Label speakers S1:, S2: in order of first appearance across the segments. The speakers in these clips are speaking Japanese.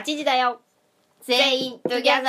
S1: 8時だよ
S2: 全員トゥギャザー。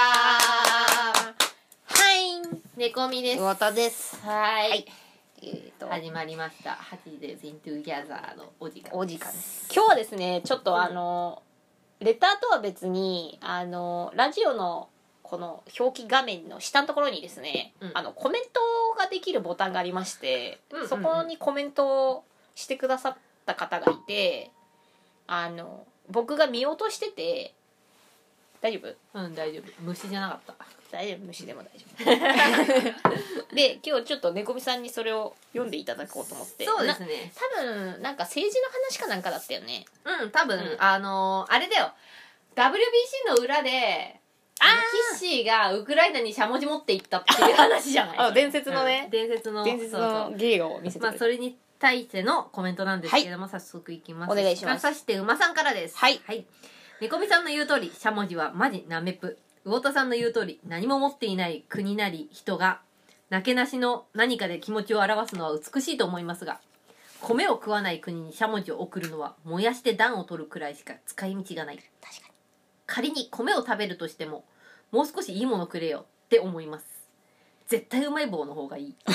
S1: はい
S2: 猫みです。
S1: 魚田です。
S2: はい、
S1: はい
S2: 始まりました。8時で全員トゥギャザーのお時間。
S1: お時間です。今日はですねちょっとレターとは別にラジオのこの表記画面の下のところにですね、コメントができるボタンがありまして、そこにコメントをしてくださった方がいて、僕が見落としてて、大丈夫？
S2: うん、大丈夫。虫じゃなかった。
S1: 大丈夫、虫でも大丈夫で、今日ちょっと猫みさんにそれを読んでいただこうと思って。
S2: そうですね。
S1: 多分なんか政治の話かなんかだったよね。
S2: 多分、あれだよ。WBC の裏でキッシーがウクライナにしゃもじ持って行ったっていう話じゃない？
S1: 伝説のね、
S2: 伝説の
S1: 芸を見せてくれる。
S2: それに対してのコメントなんですけれども、早速いきます。
S1: お願いします。
S2: さして馬さんからです。
S1: はい。
S2: 猫みさんの言う通り、しゃもじはマジなめぷ。魚田さんの言う通り、何も持っていない国なり人が、なけなしの何かで気持ちを表すのは美しいと思いますが、米を食わない国にしゃもじを送るのは、燃やして暖を取るくらいしか使い道がない。
S1: 確かに。
S2: 仮に米を食べるとしても、もう少しいいものくれよって思います。絶対うまい棒の方がいい。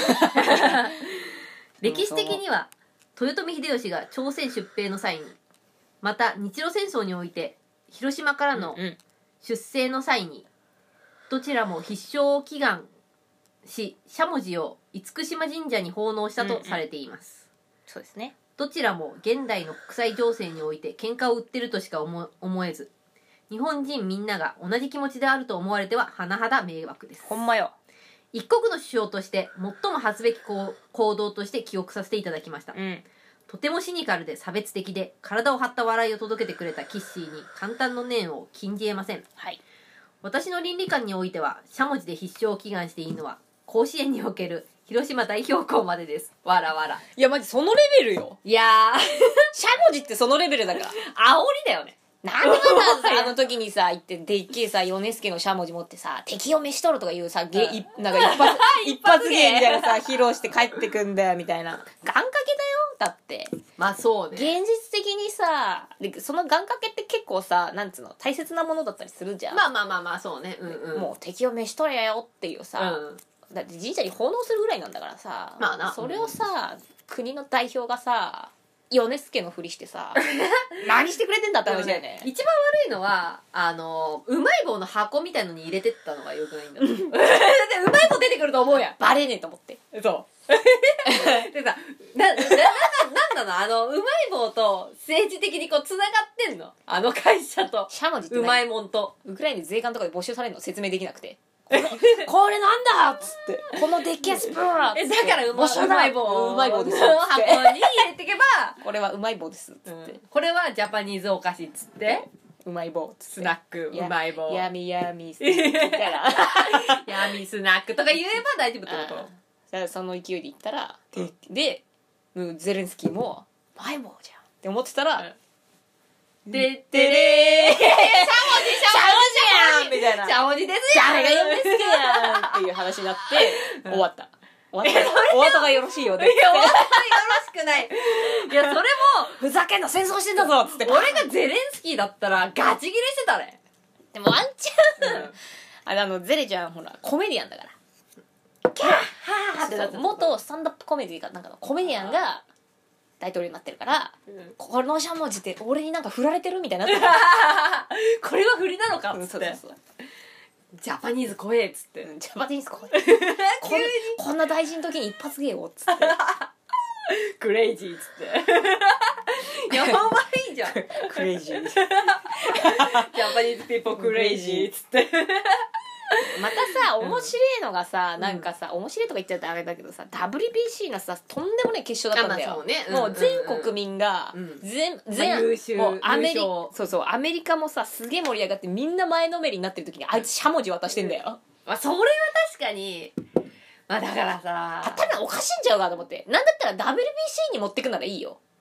S2: 歴史的には、豊臣秀吉が朝鮮出兵の際に、また日露戦争において広島からの出征の際に、どちらも必勝を祈願し、しゃもじを厳島神社に奉納したとされています。
S1: そうですね。
S2: どちらも現代の国際情勢において喧嘩を売ってるとしか思えず、日本人みんなが同じ気持ちであると思われては甚だ迷惑です。
S1: ほんまよ。
S2: 一国の首相として最も恥ずべき行動として記憶させていただきました。とてもシニカルで差別的で体を張った笑いを届けてくれたキッシーに簡単の念を禁じ得ません。
S1: はい。
S2: 私の倫理観においてはしゃもじで必勝を祈願していいのは甲子園における広島代表校までです。わらわら。
S1: いやマジそのレベルよ。
S2: いやー
S1: しゃもじってそのレベルだから。
S2: 煽りだよね。
S1: なんでわざわざあの時にさ行ってでっけえさ米助のしゃもじ持ってさ敵を召し取るとかいうさなんか一発芸みたいなさ披露して帰ってくんだよみたいな。願掛けだよだって。
S2: まあそうね。
S1: 現実的にさでその願掛けって結構さなんつうの大切なものだったりするじゃん。
S2: まあそうね。
S1: もう敵を召し取れよっていうさ、だって神社に奉納するぐらいなんだからさ、
S2: まあな、
S1: それをさ、国の代表がさ米助のふりしてさ何してくれてんだって話だよね。
S2: 一番悪いのはうまい棒の箱みたいのに入れてったのがよくないんだ。だってうまい棒出てくると思うやん。
S1: バレねえと思って。
S2: そうでさなんなのうまい棒と政治的にこうつながってんの、あの会社と
S1: しゃもじって
S2: うまいもんと。
S1: ウクライナで税関とかで募集されるの説明できなくてこれなんだっつってこのでっけえスプーン
S2: だからうまい棒
S1: うまい棒です
S2: 箱に入れてけば
S1: これはうまい棒ですっつって、
S2: これはジャパニーズお菓子っつって
S1: うまい棒っつって
S2: スナックうまい棒
S1: ヤミヤミスみたいな
S2: ヤミスナックとか言えば大丈夫ってこと。
S1: だからその勢いで言ったらでゼレンスキーもうまい棒じゃんって思ってたら
S2: でってれーしゃもじ
S1: やんみたいな
S2: しゃもじですよ
S1: 誰が言うんですかやんっていう話になって終わったお後がよろしいよね。
S2: いや、お後がよろしくない。いや、それも
S1: ふざけんな戦争してんだぞっつって
S2: 俺がゼレンスキーだったらガチギレしてたね。
S1: でもワンチャンゼレちゃんほらコメディアンだからキャーハーってなって元スタンダップコメディかなんかのコメディアンが大統領になってるから、このしゃもじって俺になんか振られてるみたいになって
S2: これは振りなのかっつって、
S1: そう
S2: ジャパニーズ怖えっつって、
S1: ジャパニーズ怖えこんな大事の時に一発芸をっつって
S2: クレイジーっつってやばいじゃん
S1: クレイジー
S2: ジャパニーズピーポークレイジーっつって
S1: またさ面白いのがさ、なんかさ面白いとか言っちゃったらあれだけどさ WBC のさとんでもない決勝だったんだよ。もう全国民が
S2: 優秀、
S1: もうアメリカもさすげえ盛り上がってみんな前のめりになってる時にあいつしゃもじ渡してんだよ。
S2: まあそれは確かにまあだからさ
S1: 多分おかしいんちゃうかと思って。なんだったら WBC に持ってくならいいよ。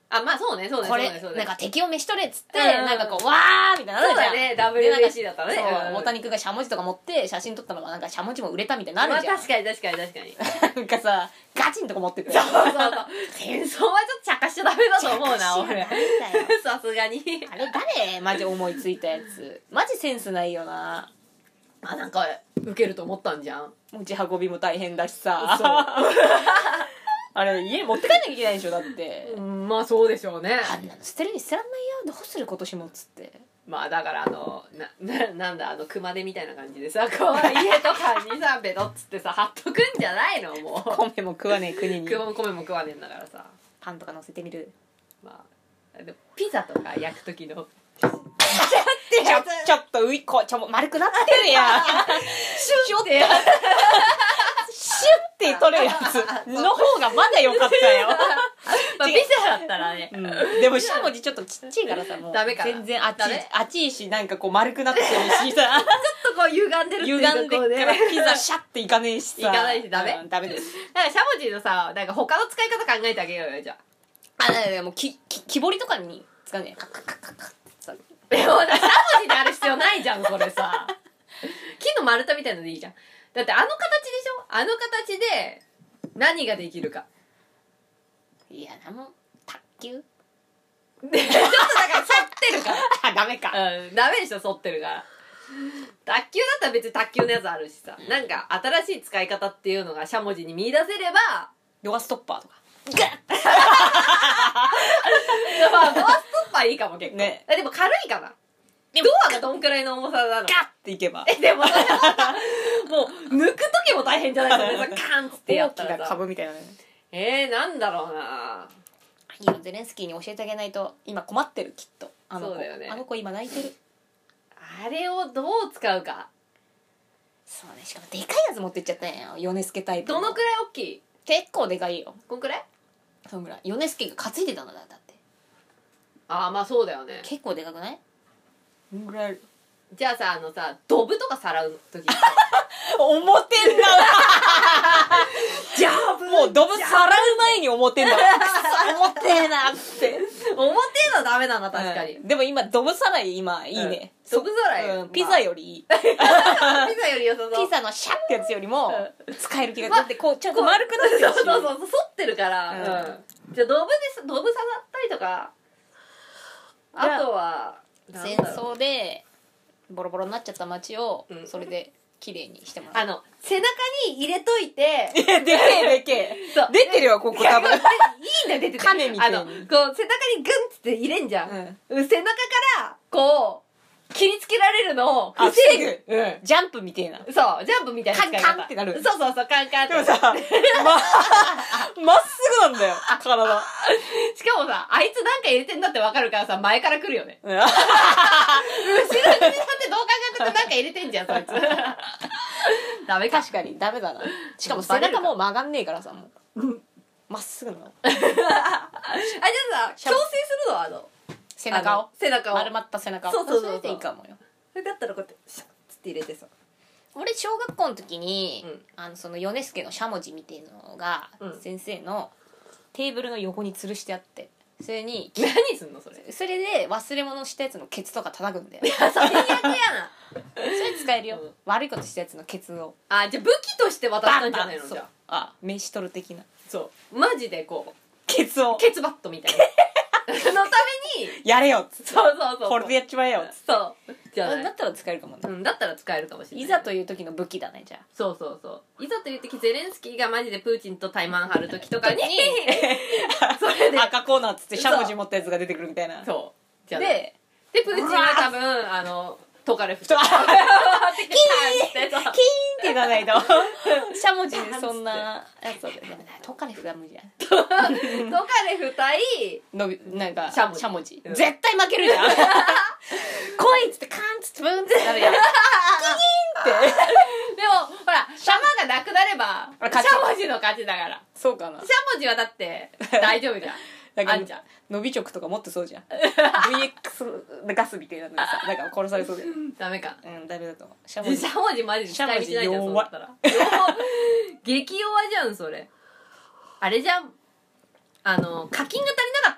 S2: あ、まあそうね、そうね、
S1: これ
S2: そうね、そうね。
S1: なんか敵を召し取れっつって、
S2: うん
S1: なんかこうわーみたいなのあるじゃん。
S2: そうだね、
S1: でなんか
S2: WBC だったらね。
S1: そう、大谷君がしゃもじとか持って写真撮ったのがなんかしゃもじも売れたみたいになるじゃん。
S2: まあ確かに確かに確かに。
S1: なんかさ、ガチンとか持ってて。
S2: そうそうそう。戦争はちょっと茶化しちゃダメだと思うな、
S1: 茶化しちゃダメ
S2: 俺。
S1: だよ
S2: さすがに。
S1: あれ誰マジ思いついたやつ。マジセンスないよな。
S2: あ、なんか、ウケると思ったんじゃん。
S1: 持ち運びも大変だしさ。
S2: そう
S1: あれ家に持って帰んなきゃいけないでしょだって。
S2: まあそうでしょうね。
S1: あんなの捨てるに捨てらんないよ。どうする今年もっつって。
S2: まあだからなんだ、熊手みたいな感じでさ、こう家とかにさ、ベトっつってさ、貼っとくんじゃないのもう。
S1: 米も食わねえ国に。
S2: 米も食わねえんだからさ。
S1: パンとか乗せてみる。
S2: まあ、でもピザとか焼く時の、
S1: ちょっと丸くなってるやん。
S2: シュッて、
S1: シュッて取るやつの方がまだ良かったよ。
S2: まあピザだったらね、
S1: でもしゃもじちょっとちっちゃいからさ、もう
S2: ダメかな
S1: 全然
S2: ダメ
S1: あっちいし、なんかこう丸くなってるしさ、
S2: ちょっとこう歪んでるっていうか
S1: 歪んでっからピザシャッていかねえしさ。
S2: いかないしダメ
S1: ダメです。
S2: だからしゃもじのさ、なんか他の使い方考えてあげようよ、じゃあ。
S1: あ、だもう木彫りとかに使うね。カッカッカッカッカッってさ。
S2: でもしゃもじである必要ないじゃん、それさ。木の丸太みたいのでいいじゃん。だってあの形でしょ、あの形で何ができるか。
S1: いや、卓球
S2: ちょっとだから反ってるから。
S1: あ、ダメか。
S2: うん、ダメでしょ、反ってるから。卓球だったら別に卓球のやつあるしさ、なんか新しい使い方っていうのがしゃもじに見出せれば、
S1: ドアストッパーとか。
S2: まあドアストッパーいいかも結構。
S1: ね。
S2: でも軽いかな。ドアがどんくらいの重さなの？
S1: ガッていけば。
S2: でもそれもさ、もう抜く時も大変じゃないそれさ、カンっつってや
S1: 大きな
S2: ったらさ。
S1: 株みたいなね。
S2: なんだろうな。
S1: いいよ、ゼレンスキーに教えてあげないと。今困ってる、きっと。あの子。
S2: そうだよね
S1: あの子今泣いてる。
S2: あれをどう使うか。
S1: そうね、しかもでかいやつ持ってっちゃったんやよ。ヨネスケタイプ。
S2: どのくらい大きい？
S1: 結構でかいよ。
S2: こんくらい？
S1: そんぐらい。ヨネスケが担いでたのだって。
S2: ああ、まあそうだよね。
S1: 結構でかくない？そんぐらいある。
S2: じゃあさ、ドブとかさらう時
S1: 思ってんだ
S2: ジャブ
S1: もうドブさらう前に思ってんだくそ思ってえなって
S2: 思ってんのはダメだな、確かに。
S1: でも今ドブさらい今いいね、
S2: ドブさらい、
S1: ピザよりいい、
S2: ピザより良さそう。
S1: ピザのシャッってやつよりも使える気が
S2: ま
S1: だってこうちょっと丸くなってるし
S2: そうそうそう、反ってるから、じゃあドブ刺さったりとか、あとは
S1: 戦争でボロボロになっちゃった街をそれで綺麗にしてもらう、
S2: 背中に入れといて、
S1: でけえでけえ
S2: そう
S1: 出てるよここ多分
S2: いいんだよ、出てて。
S1: 亀みたいに
S2: こう、背中にグンって入れんじゃん。背中から、こう、切りつけられるのを
S1: あ
S2: 防
S1: 防
S2: ぐ。うん。
S1: ジャンプみてえな
S2: そう、ジャンプみたいな使い方。
S1: カンカンってなる
S2: そうそうそう、カンカンって。
S1: でもさまっすぐなんだよ体
S2: しかもさ、あいつなんか入れてんだってわかるからさ、前から来るよね。
S1: うん
S2: 後ろに向かってどう考えたってなんか入れてんじゃん、そいつ。ダメか。
S1: 確かにダメだなしかも背中もう曲がんねえからさもうまっすぐなの
S2: あ、じゃあさ、矯正するのは
S1: 背中を
S2: 背中を。
S1: 丸まった背中を
S2: そうそうそうそう
S1: れでいいかもよ
S2: それだったらこうやって、シャッつって入れてさ。
S1: 俺小学校の時に、
S2: うん
S1: そのヨネスケのしゃもじみてえのが、先生のテーブルの横に吊るしてあってそれに
S2: 何すんのそれ。
S1: それで忘れ物したやつのケツとか叩くんだよ
S2: 最悪やな。
S1: それ使えるよ、
S2: うん
S1: 悪いことしたやつのケツを
S2: あ、じゃあ武器として渡したんじゃないの
S1: そう
S2: じゃ
S1: あ飯取る的な
S2: そう。マジでこう、
S1: ケツを
S2: ケツバットみたいな。のために、
S1: やれよっつって
S2: そうそうそう。
S1: これでやっちまえよっつって
S2: そう。じゃない。
S1: だったら使えるかもね、
S2: だったら使えるかもしれない。
S1: いざという時の武器だねじゃあ
S2: そうそうそう。いざという時、ゼレンスキーがマジでプーチンと対マン張る時とかに、それで、
S1: 赤コーナーっつってしゃもじ持ったやつが出てくるみたいな
S2: そう。じゃない
S1: で
S2: で、プーチンは多分、トカレフ
S1: キーン
S2: キーン
S1: キーンって言わないとしゃもじでそんなやつだよでもねトカレフが無理だ
S2: トカレフ対、
S1: なんか
S2: しゃもじ
S1: しゃもじ、
S2: うん
S1: 絶対負けるじゃん来いっつってカーンっつってブーンってなるやんキーンって
S2: でも、ほら、弾がなくなれば、し
S1: 勝ち
S2: ゃもじの勝ちだから。
S1: そうかな
S2: しゃもじはだって、大丈夫じゃん。
S1: なんか
S2: あんじゃん。
S1: 伸び直とか持ってそうじゃん VX ガスみたいなのにさだから殺されそうだよ
S2: ダメか。
S1: うんダメだと思うしゃ
S2: しゃもじマジで使い道ないじゃん、そう
S1: 弱
S2: だったら。激弱じゃん、それ。あれじゃん。課金が足りなかった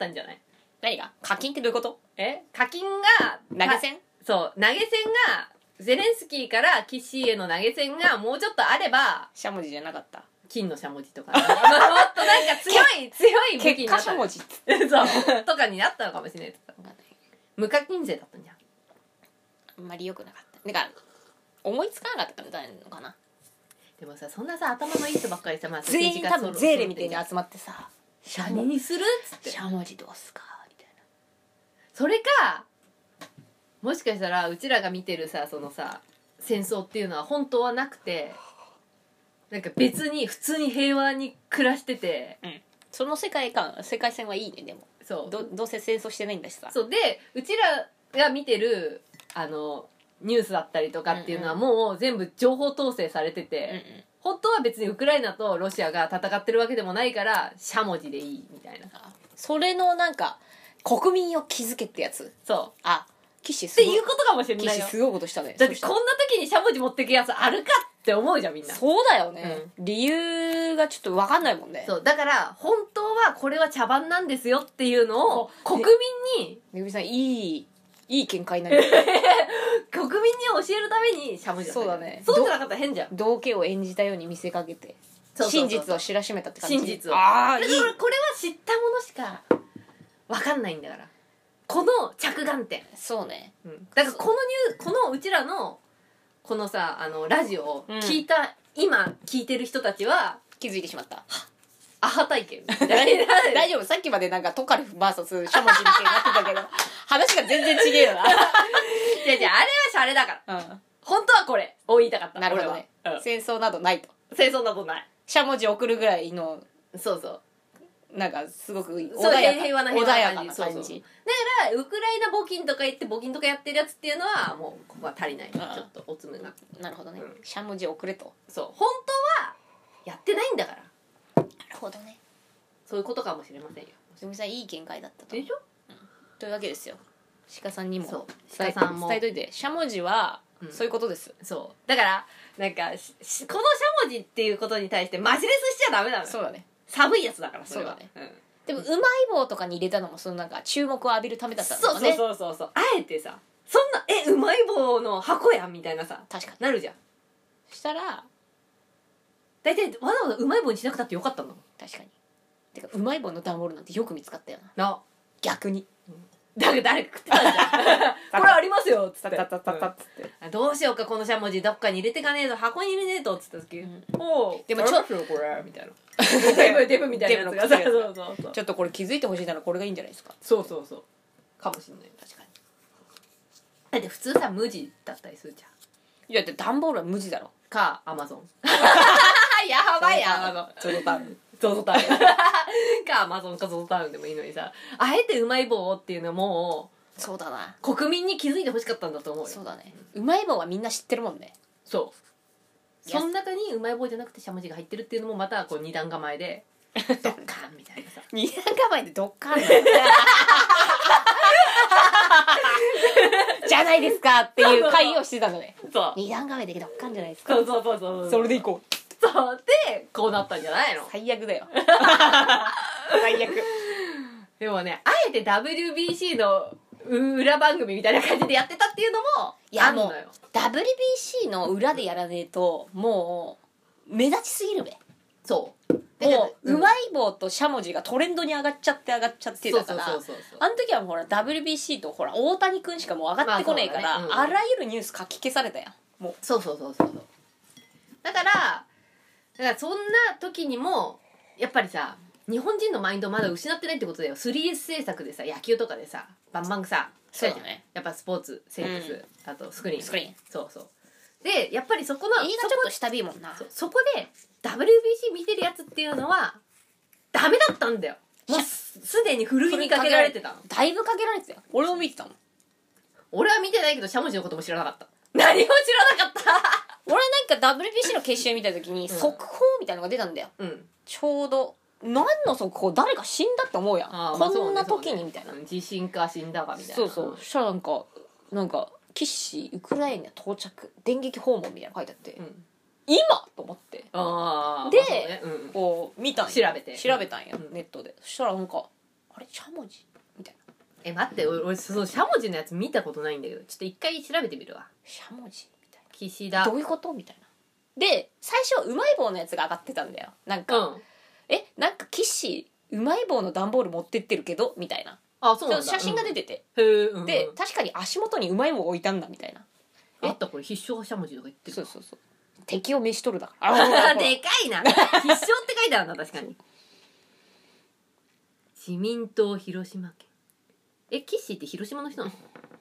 S2: ったんじゃない？
S1: 何が課金ってどういうこと？
S2: 課金が
S1: 投げ銭？
S2: そう、投げ銭がゼレンスキーからキッシーへの投げ銭がもうちょっとあれば、
S1: しゃもじじゃなかった。
S2: 金のしゃもじとか、もっとなんか強い武器になった。
S1: 結果しゃもじ
S2: そうとかになったのかもしれない。無課金税だったんじゃん。
S1: あんまり良くなかった。なんか思いつかなかったからのかな。
S2: でもさ、そんなさ頭のいい人ばっかりさ、まあ、
S1: 全員多分ゼーレみたいに集まってさ、
S2: 何にするっつって
S1: しゃもじどうすかみたいな。
S2: それか、もしかしたらうちらが見てるさ、そのさ戦争っていうのは本当はなくて、なんか別に普通に平和に暮らしてて、
S1: うん、その世界線はいいね。でも
S2: そう
S1: どうせ戦争してないんだしさ。
S2: そうで、うちらが見てるニュースだったりとかっていうのはもう全部情報統制されてて、
S1: うんうん、
S2: 本当は別にウクライナとロシアが戦ってるわけでもないからしゃもじでいいみたいな。
S1: それのなんか国民を気づけってやつ。
S2: そう、
S1: あ、騎士
S2: っていうことかもしれないよ。
S1: 騎士すごいことしたね。
S2: だってこんな時にしゃもじ持ってくやつあるかって思うじゃん、みんな。
S1: そうだよね、理由がちょっと分かんないもんね。
S2: そうだから本当はこれは茶番なんですよっていうのを国民に、
S1: めぐみさんいい見解になる。
S2: 国民に教えるためにしゃもじだった。
S1: そうだね。
S2: そうじゃなかったら変じゃん。
S1: 道化を演じたように見せかけて、真実を知らしめたって感じ。
S2: 真実を。
S1: ああ、いい。
S2: これは知ったものしか分かんないんだから、この着眼点。
S1: そうね、
S2: だからこのうちらのこのさラジオを聞いた、今聞いてる人たちは
S1: 気づいてしまった。
S2: アハ体験
S1: 大丈夫？さっきまでなんかトカレフ VS しゃもじみたいになってたけど話が全然違えよな。
S2: じゃああれはシャレだから、本当はこれを言いたかった。
S1: なるほどね、戦争などないと。
S2: 戦争などない。
S1: しゃもじ送るぐらいの、
S2: そう
S1: なんかすごく穏
S2: 平和な
S1: 感じ。
S2: だからウクライナ募金とか言って募金とかやってるやつっていうのはもうここは足りない、ちょっとおつむが。
S1: なるほどね、しゃもじ送れと。
S2: そう、本当はやってないんだから。
S1: なるほどね、
S2: そういうことかもしれませんよ。
S1: すみさんいい見解だったと。
S2: でしょ、
S1: というわけですよ。鹿さんにも
S2: 鹿さんも
S1: 伝えといて、しゃもじはそういうことです、
S2: そうだからなんかこのしゃもじっていうことに対してマジレスしちゃダメなのよ。
S1: そうだね、
S2: 寒いやつだからそれは。
S1: そうだね、でもうまい棒とかに入れたのもそのなんか注目を浴びるためだったんだ
S2: そう
S1: よね。
S2: そうあえてさ、そんなうまい棒の箱やんみたいなさ、
S1: 確かに
S2: なるじゃん。
S1: そしたら
S2: 大体わざわざうまい棒にしなくたってよかったの。
S1: 確かに。てかうまい棒の段ボールなんてよく見つかったよな。
S2: な、
S1: 逆に
S2: 誰か食ってたんじゃんこれありますよっつって
S1: タタタタっつって、
S2: どうしようかこのしゃもじどっかに入れてかねえと、箱に入れねえとっつった時、おう
S1: でもちょっ
S2: とこれみたいなデブみたいなやつが
S1: デブの
S2: そう
S1: ちょっとこれ気づいてほしいならこれがいいんじゃないですか。
S2: そうかもしんない。確かに。だって普通さ無地だったりするじゃん。
S1: いやだって段ボールは無地だろ。
S2: かアマゾンやばいやアマゾン
S1: ゾゾタウン
S2: ゾゾタウンかアマゾンかゾゾタウンでもいいのにさ、あえてうまい棒っていうのも
S1: そうだな、
S2: 国民に気づいてほしかったんだと思うよ。
S1: そうだね、うまい棒はみんな知ってるもんね。
S2: そうその中にうまい棒じゃなくてしゃもじが入ってるっていうのもまたこう二段構えでドッカンみたいなさ
S1: 二段構えでドッカンだよじゃないですかっていう会をしてたのね。
S2: そう
S1: 二段構えでドッカンじゃないですか。
S2: そう
S1: それでいこう。
S2: そうでこうなったんじゃないの。
S1: 最悪だよ最悪。
S2: でもね、あえて WBC の裏番組みたいな感じでやってたっていうのもあんのよ。
S1: WBC の裏でやらねえともう目立ちすぎるべ。
S2: そう
S1: もう、うまい棒としゃもじがトレンドに上がっちゃってだからあの時はほら WBC とほら大谷君しかもう上がってこねえから、あらゆるニュース書き消されたやんもう。
S2: そうだからそんな時にもやっぱりさ、日本人のマインドまだ失ってないってことだよ。 3S 政策でさ、野球とかでさバンバンさ、
S1: そうだね、
S2: やっぱスポーツセックス、あとスクリーンそうで、やっぱりそこの
S1: 映画ちょっと下火いもんな。
S2: そこで WBC 見てるやつっていうのはダメだったんだよ。もうすでにふるいにかけられてたの。
S1: だいぶかけられてたよ。俺も見てたもん。
S2: 俺は見てないけどしゃもじのことも知らなかった。何も知らなかった
S1: 俺なんか WBC の決勝見た時に速報みたいなのが出たんだよ、ちょうど何の速報、誰か死んだって思うやん、こんな時にみたいな、
S2: 地震か死んだかみたいな。
S1: そうそしたらなんか岸ウクライナ到着電撃訪問みたいなの書いてあって、今と思って、で、こう見たんや、
S2: 調べたんや、
S1: ネットで。そしたらなんかあれしゃもじみたいな、
S2: 待って、俺そのしゃもじのやつ見たことないんだけど、ちょっと一回調べてみるわ。
S1: しゃもじみたい
S2: 岸田。
S1: な、どういうことみたいな。で最初うまい棒のやつが上がってたんだよ。なんか、なんか岸うまい棒の段ボール持ってってるけどみたいな、
S2: そうなんだ。
S1: 写真が出てて、
S2: へえ。
S1: で確かに足元にうまい棒置いたんだみたいな。
S2: あった、これ必勝しゃもじとか言ってる。
S1: そう敵を召し捕るだから
S2: でかいな。必勝って書いてあるな、確かに。自民党広島県。岸って広島の人なの？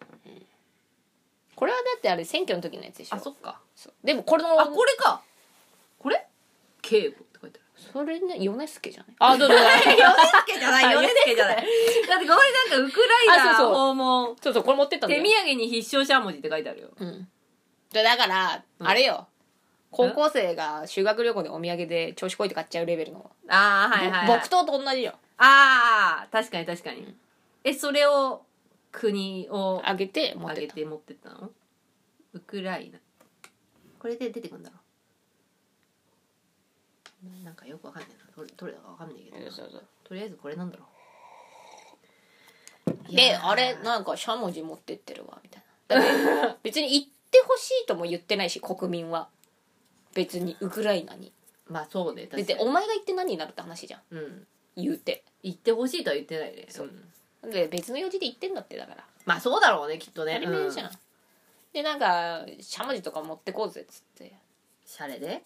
S1: これはだってあれ選挙の時のやつでしょ。
S2: そっか。
S1: でもこれの
S2: これか。これ警護って書いてある。
S1: それね米助じゃない？どうぞ
S2: 米助じゃない、米助じゃない。だってこれなんかウクライナ訪問。
S1: そうこれ持ってったんだよ。
S2: 手土産に必勝しゃもじって書いてあるよ。
S1: だからあれよ、高校生が修学旅行でお土産で調子こいて買っちゃうレベルの。木刀と同じよ。
S2: 確かに確かに。それを国を
S1: あげて持って
S2: ったの？ウクライナ。これで出てくるんだろう。なんかよくわかんないな。どれだかわかんないけど。とりあえずこれなんだろ
S1: う。であれなんかしゃもじ持ってってるわみたいな。だって別に行ってほしいとも言ってないし、国民は別にウクライナに。
S2: まあそうね。
S1: でお前が行って何になるって話じゃん。言うて
S2: 行ってほしいとは言ってないね。
S1: で別の用事で行ってんだって。だから
S2: まあそうだろうね、きっとね。
S1: 当たり前じゃん。でなんかしゃもじとか持ってこうぜっつって。
S2: シャレで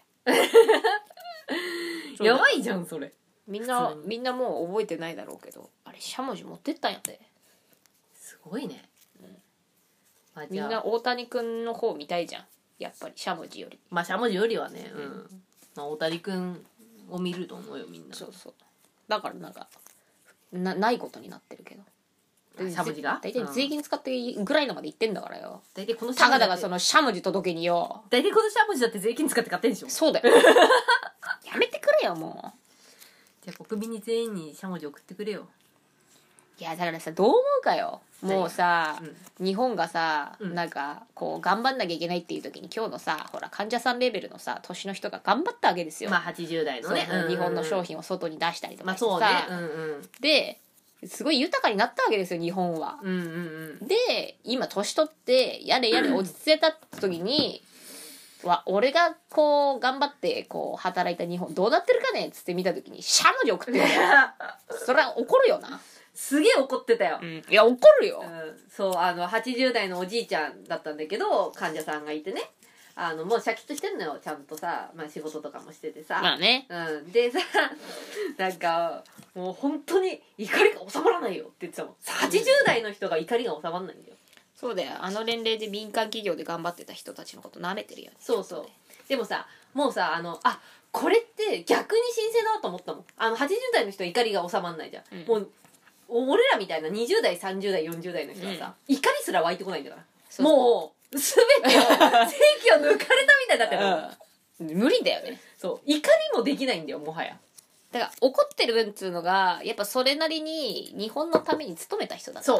S2: やばいじゃんそれ。みん
S1: なもう覚えてないだろうけど、あれしゃもじ持ってったんやで。
S2: すごいね。
S1: みんな大谷君の方見たいじゃん、やっぱりしゃもじより。
S2: まあしゃもじよりはね、大谷君を見ると思うよみんな。
S1: だからなんかないことになってるけど、
S2: しゃもじが
S1: 大体税金使ってぐらいのまで行ってんだからよ。
S2: 大体この
S1: たかだがそのしゃもじ届けによ。
S2: 大体このしゃもじだって税金使って買ってんでしょ。
S1: そうだよやめてくれよも
S2: う。じゃあ国民に全員にしゃもじ送ってくれよ。
S1: いやだからさ、どう思うかよ。もうさ、日本がさ、なんかこう頑張んなきゃいけないっていう時に今日のさ、ほら患者さんレベルのさ年の人が頑張ったわけですよ。
S2: まあ80代のね、
S1: 日本の商品を外に出したりとかしてさ、
S2: そうね、
S1: ですごい豊かになったわけですよ日本は。で今年取ってやれ落ち着いた時に俺がこう頑張ってこう働いた日本どうなってるかねっつって見た時にしゃもじ送ってるよそれは怒るよな。
S2: すげえ怒ってたよ。
S1: いや怒るよ。
S2: そう80代のおじいちゃんだったんだけど、患者さんがいてね、もうシャキッとしてんのよちゃんとさ、まあ仕事とかもしててさ。
S1: まあね。
S2: でさ、なんかもう本当に怒りが収まらないよって言ってたもん。80代の人が怒りが収まらないんだよ。
S1: そうだよ、あの年齢で民間企業で頑張ってた人たちのこと舐めてるよね。
S2: そうでもさ、もうさこれって逆に新鮮だと思ったもん。80代の人は怒りが収まらないじゃん。もう俺らみたいな20代30代40代の人はさ、怒りすら湧いてこないんだから。もう全てを正気を抜かれたみたいになってる。
S1: 無理だよね。
S2: 怒りもできないんだよもはや。
S1: だから怒ってる分っつうのがやっぱそれなりに日本のために努めた人だから、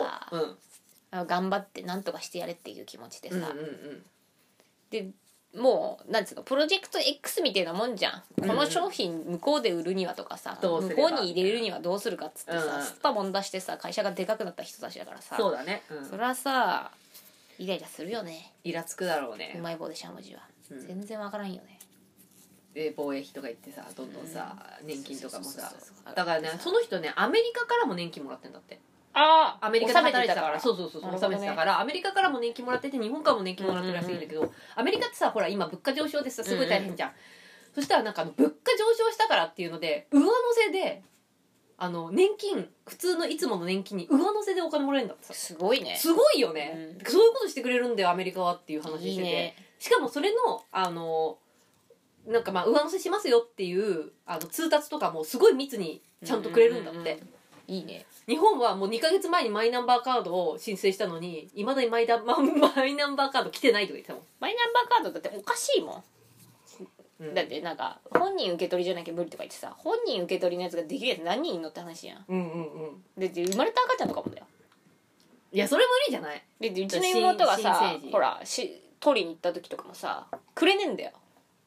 S1: 頑張って何とかしてやれっていう気持ちでさ、でもうなんつうのプロジェクト X みたいなもんじゃん、この商品向こうで売るにはとかさ、向こうに入れるにはどうするかっつってさ、すっぱもん出してさ会社がでかくなった人たちだからさ。
S2: そうだね、
S1: それはさイライラするよね。
S2: イラつくだろうね。
S1: うまい棒でしゃもじは、全然わからんよね。
S2: で防衛費とか言ってさどんどんさ、年金とかもさ、だからねその人ねアメリカからも年金もらってんだって。アメリカで働いてたから。そう納めてたから、アメリカからも年金もらってて日本からも年金もらってるらしいんだけど、アメリカってさほら今物価上昇でさすごい大変じゃん。そしたらなんか物価上昇したからっていうので上乗せで年金普通のいつもの年金に上乗せでお金もらえるんだってさ。すごいね。すごいよね、そういうことしてくれるんだよアメリカはっていう話してて。いいね。しかもそれのなんかまあ上乗せしますよっていう通達とかもすごい密にちゃんとくれるんだって。いいね。日本はもう2ヶ月前にマイナンバーカードを申請したのにいまだにマイナンバーカード来てないとか言ってたもん。マイナンバーカードだっておかしいもん、だってなんか本人受け取りじゃなきゃ無理とか言ってさ、本人受け取りのやつができるやつ何人いんのって話やん。で生まれた赤ちゃんとかもだよ。いやそれ無理じゃない。でうちの妹がさほら取りに行った時とかもさくれねえんだよ。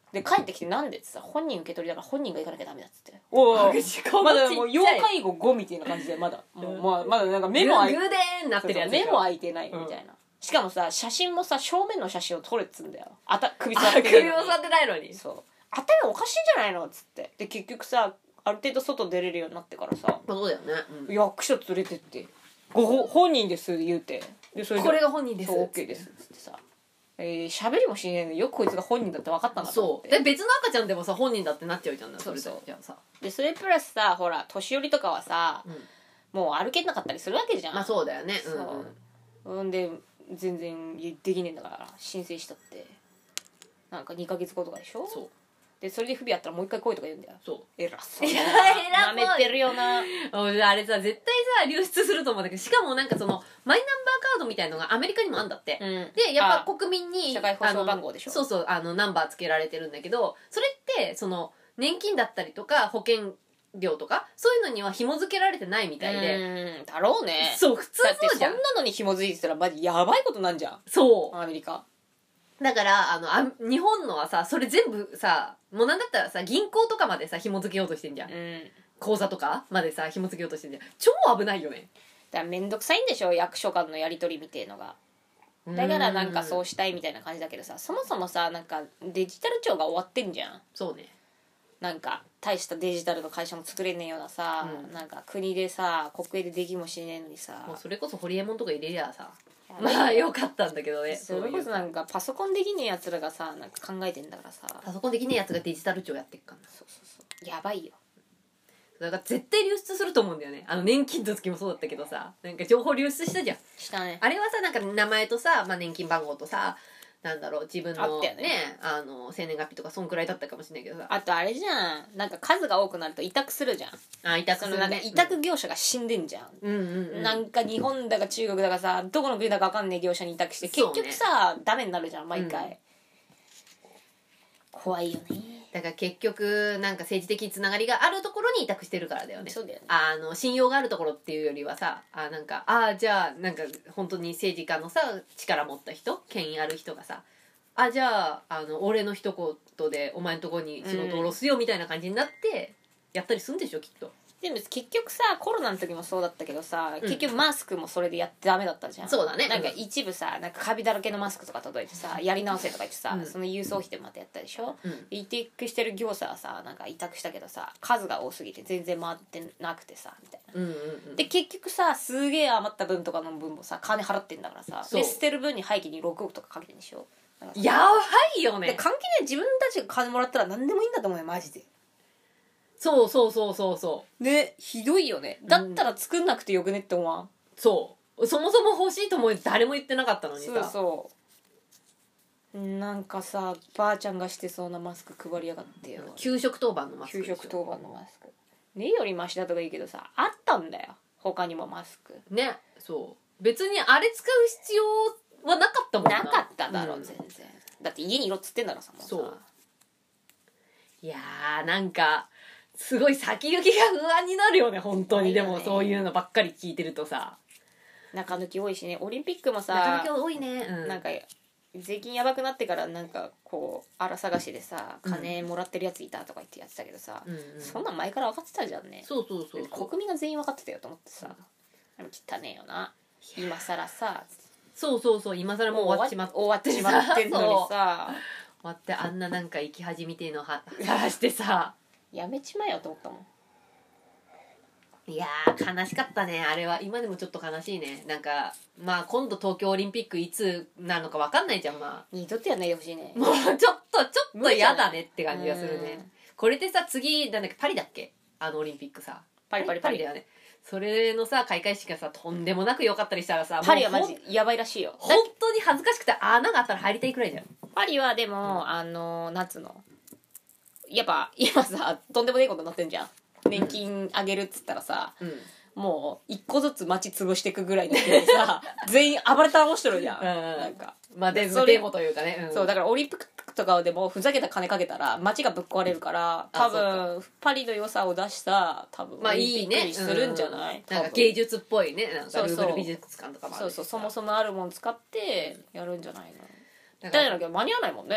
S1: で帰ってきてなんでってさ本人受け取りだから本人が行かなきゃダメだっつっておおまだもう要介護5みたいな感じでまだもう、まだなんか目も開い
S2: グーでーんなってるやつ
S1: 目も開いてないみたいな、しかもさ写真もさ正面の写真を撮れっつうんだよ首座って
S2: 首も座ってないのに
S1: そう頭おかしいんじゃないのっつってで結局さある程度外出れるようになってからさ
S2: そうだよね、
S1: 役所連れてって本人です言うてでそれで
S2: これが本人です
S1: そう OK ですっつってさ喋りもしねえのによくこいつが本人だって分かったんだと思って
S2: そうで別の赤ちゃんでもさ本人だってなっちゃうじゃんそれ
S1: そう
S2: じゃあさ
S1: でそれプラスさほら年寄りとかはさ、もう歩けなかったりするわけじゃん
S2: まあそうだよね
S1: そう、で全然できねえんだから申請したってなんか2ヶ月後とかでしょ
S2: そう
S1: でそれで不備あったらもう一回来いとか言うんだよ
S2: そう
S1: 偉そう
S2: いや
S1: なめてるよな
S2: あれさ絶対さ流出すると思うんだけどしかもなんかそのマイナンバーカードみたいのがアメリカにもあんだって、でやっぱ国民に
S1: 社会保障番号でしょ
S2: そうそうナンバーつけられてるんだけどそれってその年金だったりとか保険料とかそういうのには紐付けられてないみたいで
S1: だろうね
S2: そう普通
S1: だって
S2: そうじゃん
S1: そんなのに紐付いてたらマジやばいことなんじゃん
S2: そう
S1: アメリカ
S2: だから日本のはさそれ全部さもうなんだったらさ銀行とかまでさ紐付けようとしてんじゃん、口座とかまでさ紐付けようとしてんじゃん超危ないよね
S1: だからめんどくさいんでしょ役所間のやり取りみてえのがだからなんかそうしたいみたいな感じだけどさそもそもさなんかデジタル庁が終わってんじゃん
S2: そうね
S1: なんか大したデジタルの会社も作れねえようなさ、なんか国でさ国営でできもしねえのにさ
S2: もうそれこそホリエモンとか入れりゃさまあよかったんだけどね
S1: それこそなんかパソコンできねえやつらがさなんか考えてんだからさ
S2: パソコンできねえやつがデジタル庁やってっからな
S1: そうやばいよ
S2: だから絶対流出すると思うんだよね年金の時もそうだったけどさなんか情報流出したじゃん
S1: したね
S2: あれはさなんか名前とさ、年金番号とさなんだろう自分の
S1: あったよね
S2: 生年月日とかそんくらいだったかもしれないけどさ
S1: あとあれじゃんなんか数が多くなると委託するじゃん
S2: 委託するね
S1: なんか委託業者が死んでんじゃん、なんか日本だか中国だかさどこの国だか分かんねえ業者に委託して結局さ、ダメになるじゃん毎回、怖いよね
S2: だから結局なんか政治的つながりがあるところに委託してるからだよね
S1: そうだよね
S2: 信用があるところっていうよりはさなんかじゃあなんか本当に政治家のさ力持った人権威ある人がさじゃあ俺の一言でお前のところに仕事を下ろすよみたいな感じになってやったりするんでしょきっと
S1: でも結局さコロナの時もそうだったけどさ、結局マスクもそれでやってダメだったじゃん
S2: そうだね
S1: なんか一部さなんかカビだらけのマスクとか届いてさやり直せとか言ってさ、その郵送費でまたやったでしょ、委託してる業者はさなんか委託したけどさ数が多すぎて全然回ってなくてさみたいな、で結局さすげえ余った分とかの分もさ金払ってんだからさで捨てる分に廃棄に6億とかかけてんでしょ
S2: やばいよね
S1: で関係ない自分たちが金もらったら何でもいいんだと思うよマジで
S2: そう
S1: ねひどいよねだったら作んなくてよくねって思わん、
S2: そうそもそも欲しいと思い誰も言ってなかったのにさ
S1: そうなんかさばあちゃんがしてそうなマスク配りやがってよ
S2: 給食当番のマスク
S1: 給食当番のマスクねえよりマシだとかいいけどさあったんだよ他にもマスク
S2: ねそう別にあれ使う必要はなかったもん
S1: なかっただろ、全然だって家にいろっつってんだろさもうさ
S2: そういやーなんかすごい先行きが不安になるよね本当に、でもそういうのばっかり聞いてるとさ
S1: 中抜き多いしねオリンピックもさ
S2: 中抜き多いね、
S1: なんか税金やばくなってからなんかこう荒探しでさ金もらってるやついたとか言ってやってたけどさ、そんなん前から分かってたじゃんね。
S2: そう
S1: 国民が全員分かってたよと思ってさ、でも汚ねえよな今更さ
S2: そう今更もう終わっちま
S1: ってしまってんのにさ
S2: 終わってあんななんか生き恥みてえのはしてさ
S1: やめちまえよと思ったもん。
S2: いやー悲しかったねあれは。今でもちょっと悲しいね。なんかまあ今度東京オリンピックいつなのか分かんないじゃん。まあ
S1: 二度とやんないでほしいね。
S2: もうちょっと嫌だねって感じがするね。これでさ次なんだっけパリだっけオリンピックさパリだよね。それのさ開会式がさとんでもなく良かったりしたらさ
S1: パリはマジやばいらしいよ。
S2: 本当に恥ずかしくて穴があったら入りたいくらいだよ。
S1: パリはでも、なんつうのやっぱ今さとんでもねえことになってんじゃん。年金あげるっつったらさ、もう一個ずつ街潰していくぐらいだけどさ全員暴れ倒してるじゃん、なんか
S2: まあデモというかね、
S1: そうだからオリンピックとかでもふざけた金かけたら街がぶっ壊れるから多分パリの良さを出した多分
S2: まあいいね
S1: にするんじゃない、
S2: なんか芸術っぽいねなんかルーブル美術館とかもあるし
S1: そもそもあるもん使ってやるんじゃないのだから間に合わないもんね。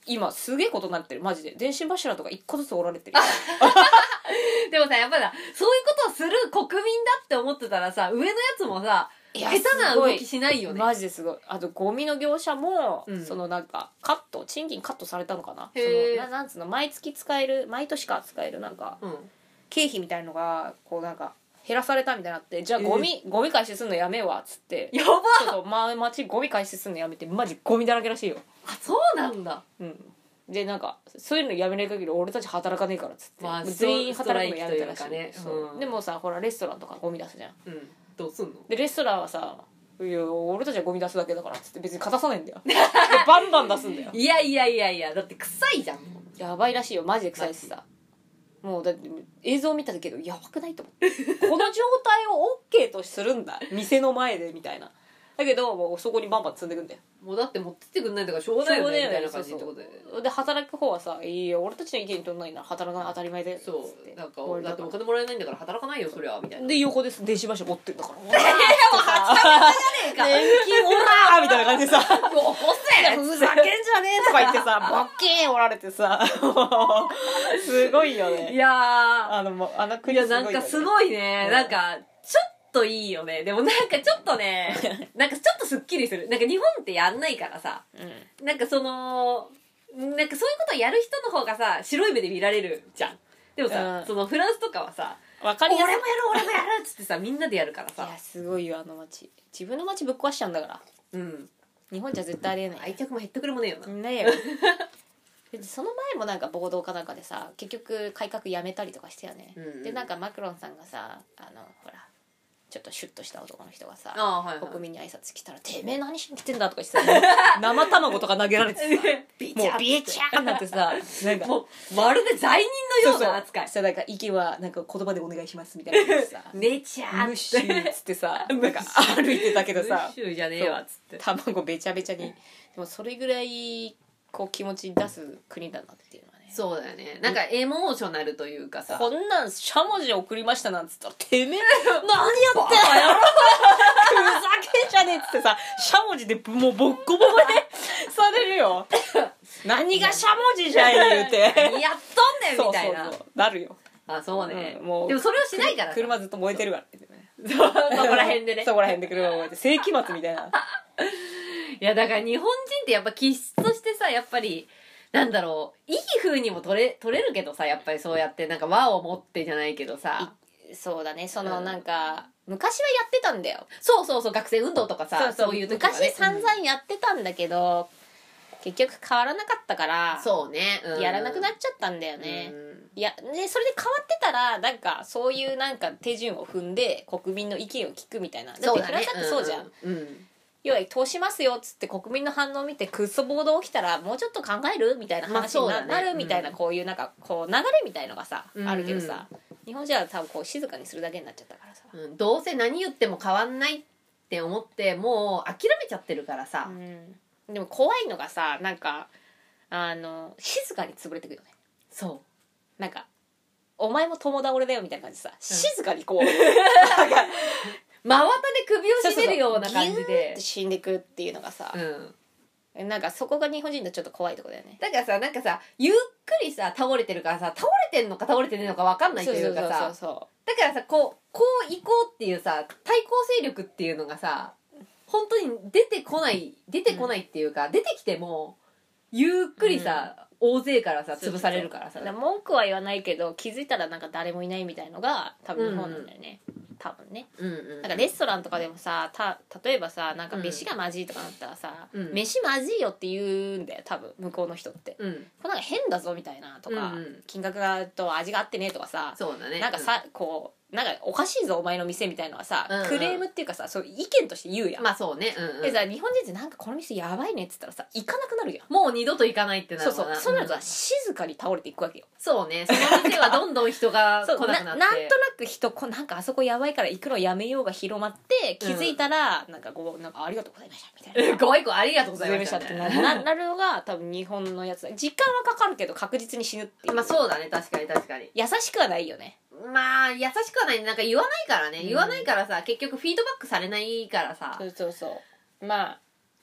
S1: 今すげえことになってるマジで。電信柱とか一個ずつ折られてる
S2: でもさ、やっぱりそういうことをする国民だって思ってたらさ、上のやつもさ、下手な動きしないよね。
S1: マジですごい。あとゴミの業者も、
S2: うん、
S1: そのなんか賃金カットされたのかな。
S2: へー。
S1: なんつうの、毎月使える、毎年か使えるなんか、
S2: うん、
S1: 経費みたいのがこうなんか減らされたみたいになって、じゃあゴミ回収するのやめようわっつって、
S2: やばっ。
S1: そう、街ゴミ回収するのやめて、マジゴミだらけらしいよ。
S2: あ、そうなんだ。
S1: うん。でなんかそういうのやめない限り俺たち働かねえからっつって、
S2: まあ、
S1: 全員働くのやめたらしい、
S2: ね、
S1: そう、
S2: うん、
S1: でもさほらレストランとかゴミ出すじゃん。
S2: うん、どうすんの。
S1: でレストランはさ、いや俺たちはゴミ出すだけだからっつって別に片さないんだよでバンバン出すんだよ。
S2: いやいやいやいや、だって臭いじゃん。
S1: やばいらしいよ、マジで臭いしさ。もうだって映像見たけどやばくないと思ってこの状態を OK とするんだ店の前でみたいな。だけどもうそこにバンバン積んでくんだよ。
S2: もうだって持ってってくんないんだからしょうがないよねみたいな感じってことで、
S1: で働く方はさ、いや俺たちの意見に取んないなら働かない当たり前で、
S2: そうなんかだってお金もらえないんだから働かないよそりゃみたいな。
S1: で横です電子柱持ってんだから
S2: もうはちゃめちゃじゃねえか
S1: 年金オラーみたいな感じでさ
S2: もう干せ
S1: ふざけんじゃねえとか言ってさバッキーンおられてさすごいよね。
S2: いやー
S1: あの国すごいよね。
S2: なんかすごいね、なんかちょっといいよね。でもなんかちょっとねなんかちょっとすっきりする。なんか日本ってやんないからさ、なんかそのなんかそういうことをやる人の方がさ白い目で見られるじゃん。でもさ、そのフランスとかはさ
S1: わかりやすい、
S2: 俺もやる俺もやるっつってさみんなでやるからさ。
S1: いやすごいよあの街。自分の街ぶっ壊しちゃうんだから。
S2: うん。
S1: 日本じゃ絶対ありえない。
S2: 愛着も減ってくるもねえよな。
S1: ねえよでその前もなんか暴動かなんかでさ結局改革やめたりとかしてよね、うんうん、でなんかマクロンさんがさほらちょっとシュッとした男の人がさ、
S2: はいはい、
S1: 国民に挨拶来たら「てめえ何しに来てんだ」とか言ってさ生卵とか投げられてさもうビエチャーになってさなんか
S2: もうまるで罪人のような扱い。
S1: そうなんか意見はなんか言葉でお願いしますみたいなさ
S2: めちゃー
S1: ムッシュっつってさなんか歩いてたけどさ
S2: ムッシュじゃねえわっつって
S1: 卵べちゃべちゃにでもそれぐらいこう気持ち出す国だなっていうのはね。
S2: そうだよね。なんかエモーショナルというかさ、
S1: こんなんしゃもじ送りましたなんつったらてめえ何やってんのふざけんじゃねえっつってさしゃもじでもうボッコボコでされるよ何がしゃもじじゃい言うて
S2: 何やっとんねんみたいな。
S1: そうなるよ。
S2: あ、そうね、
S1: もう
S2: でもそれをしないから
S1: 車ずっと燃えてるから
S2: ねそこら辺でね
S1: そこら辺で車燃えて世紀末みたい
S2: いやだから日本人ってやっぱ気質としてさやっぱりなんだろういい風にも取れるけどさやっぱりそうやってなんか和を持ってじゃないけどさ
S1: そうだねなんか、昔はやってたんだよ。
S2: そう学生運動とかさそういう時は、ね、
S1: 昔散々やってたんだけど、結局変わらなかったから
S2: そうね、
S1: やらなくなっちゃったんだよね、いやね、それで変わってたらなんかそういうなんか手順を踏んで国民の意見を聞くみたいな。だってフランスだってそうじゃん、要は通しますよっつって国民の反応を見てクソ暴動起きたらもうちょっと考えるみたいな話になるみたいな、こういうなんかこう流れみたいのがさ、あるけどさ、日本じゃ多分こう静かにするだけになっちゃったからさ、
S2: どうせ何言っても変わんないって思ってもう諦めちゃってるからさ、
S1: でも怖いのがさなんか静かに潰れてくよね。
S2: そう
S1: なんかお前も友倒れだよみたいな感じでさ、静かにこうなんか
S2: 真綿で首を絞めるような感じで
S1: ギューって死んでくっていうのがさ、なんかそこが日本人のちょっと怖いとこだよね。
S2: だからさなんかさゆっくりさ倒れてるからさ倒れてんのか倒れてねえのか分かんないというかさ、だからさこう行こうっていうさ対抗勢力っていうのがさ本当に出てこないっていうか、出てきてもゆっくりさ、大勢からさ潰されるからさ、
S1: 文句は言わないけど気づいたらなんか誰もいないみたいのが多分日本なんだよね、多分ね、なんかレストランとかでもさ例えばさなんか飯がまずいとかなったらさ、飯まずいよって言うんだよ多分向こうの人って、これなんか変だぞみたいなとか、金額がと味が合ってねとかさ、
S2: そうだね、
S1: なんかさ、こうなんかおかしいぞお前の店みたいのはさ、クレームっていうかさそういう意見として言うやん。
S2: まあそうね、
S1: でさ日本人ってなんかこの店やばいねっつったらさ行かなくなるやん。
S2: もう二度と行かないってなるもんな。
S1: そうなるとさ、静かに倒れていくわけよ。
S2: そうね、その店はどんどん人が来なくなって
S1: なんとなくなんかあそこやばいから行くのやめようが広まって気づいたら、なんかこうなんかありがとうございましたみたいな
S2: ごめんありがとうございました
S1: ってなるのが多分日本のやつだ。時間はかかるけど確実に死ぬっていう。
S2: まあそうだね、確かに
S1: 優しくはないよね。
S2: まあ優しくはない、なんか言わないからね、言わないからさ結局フィードバックされないからさ。
S1: そうまあ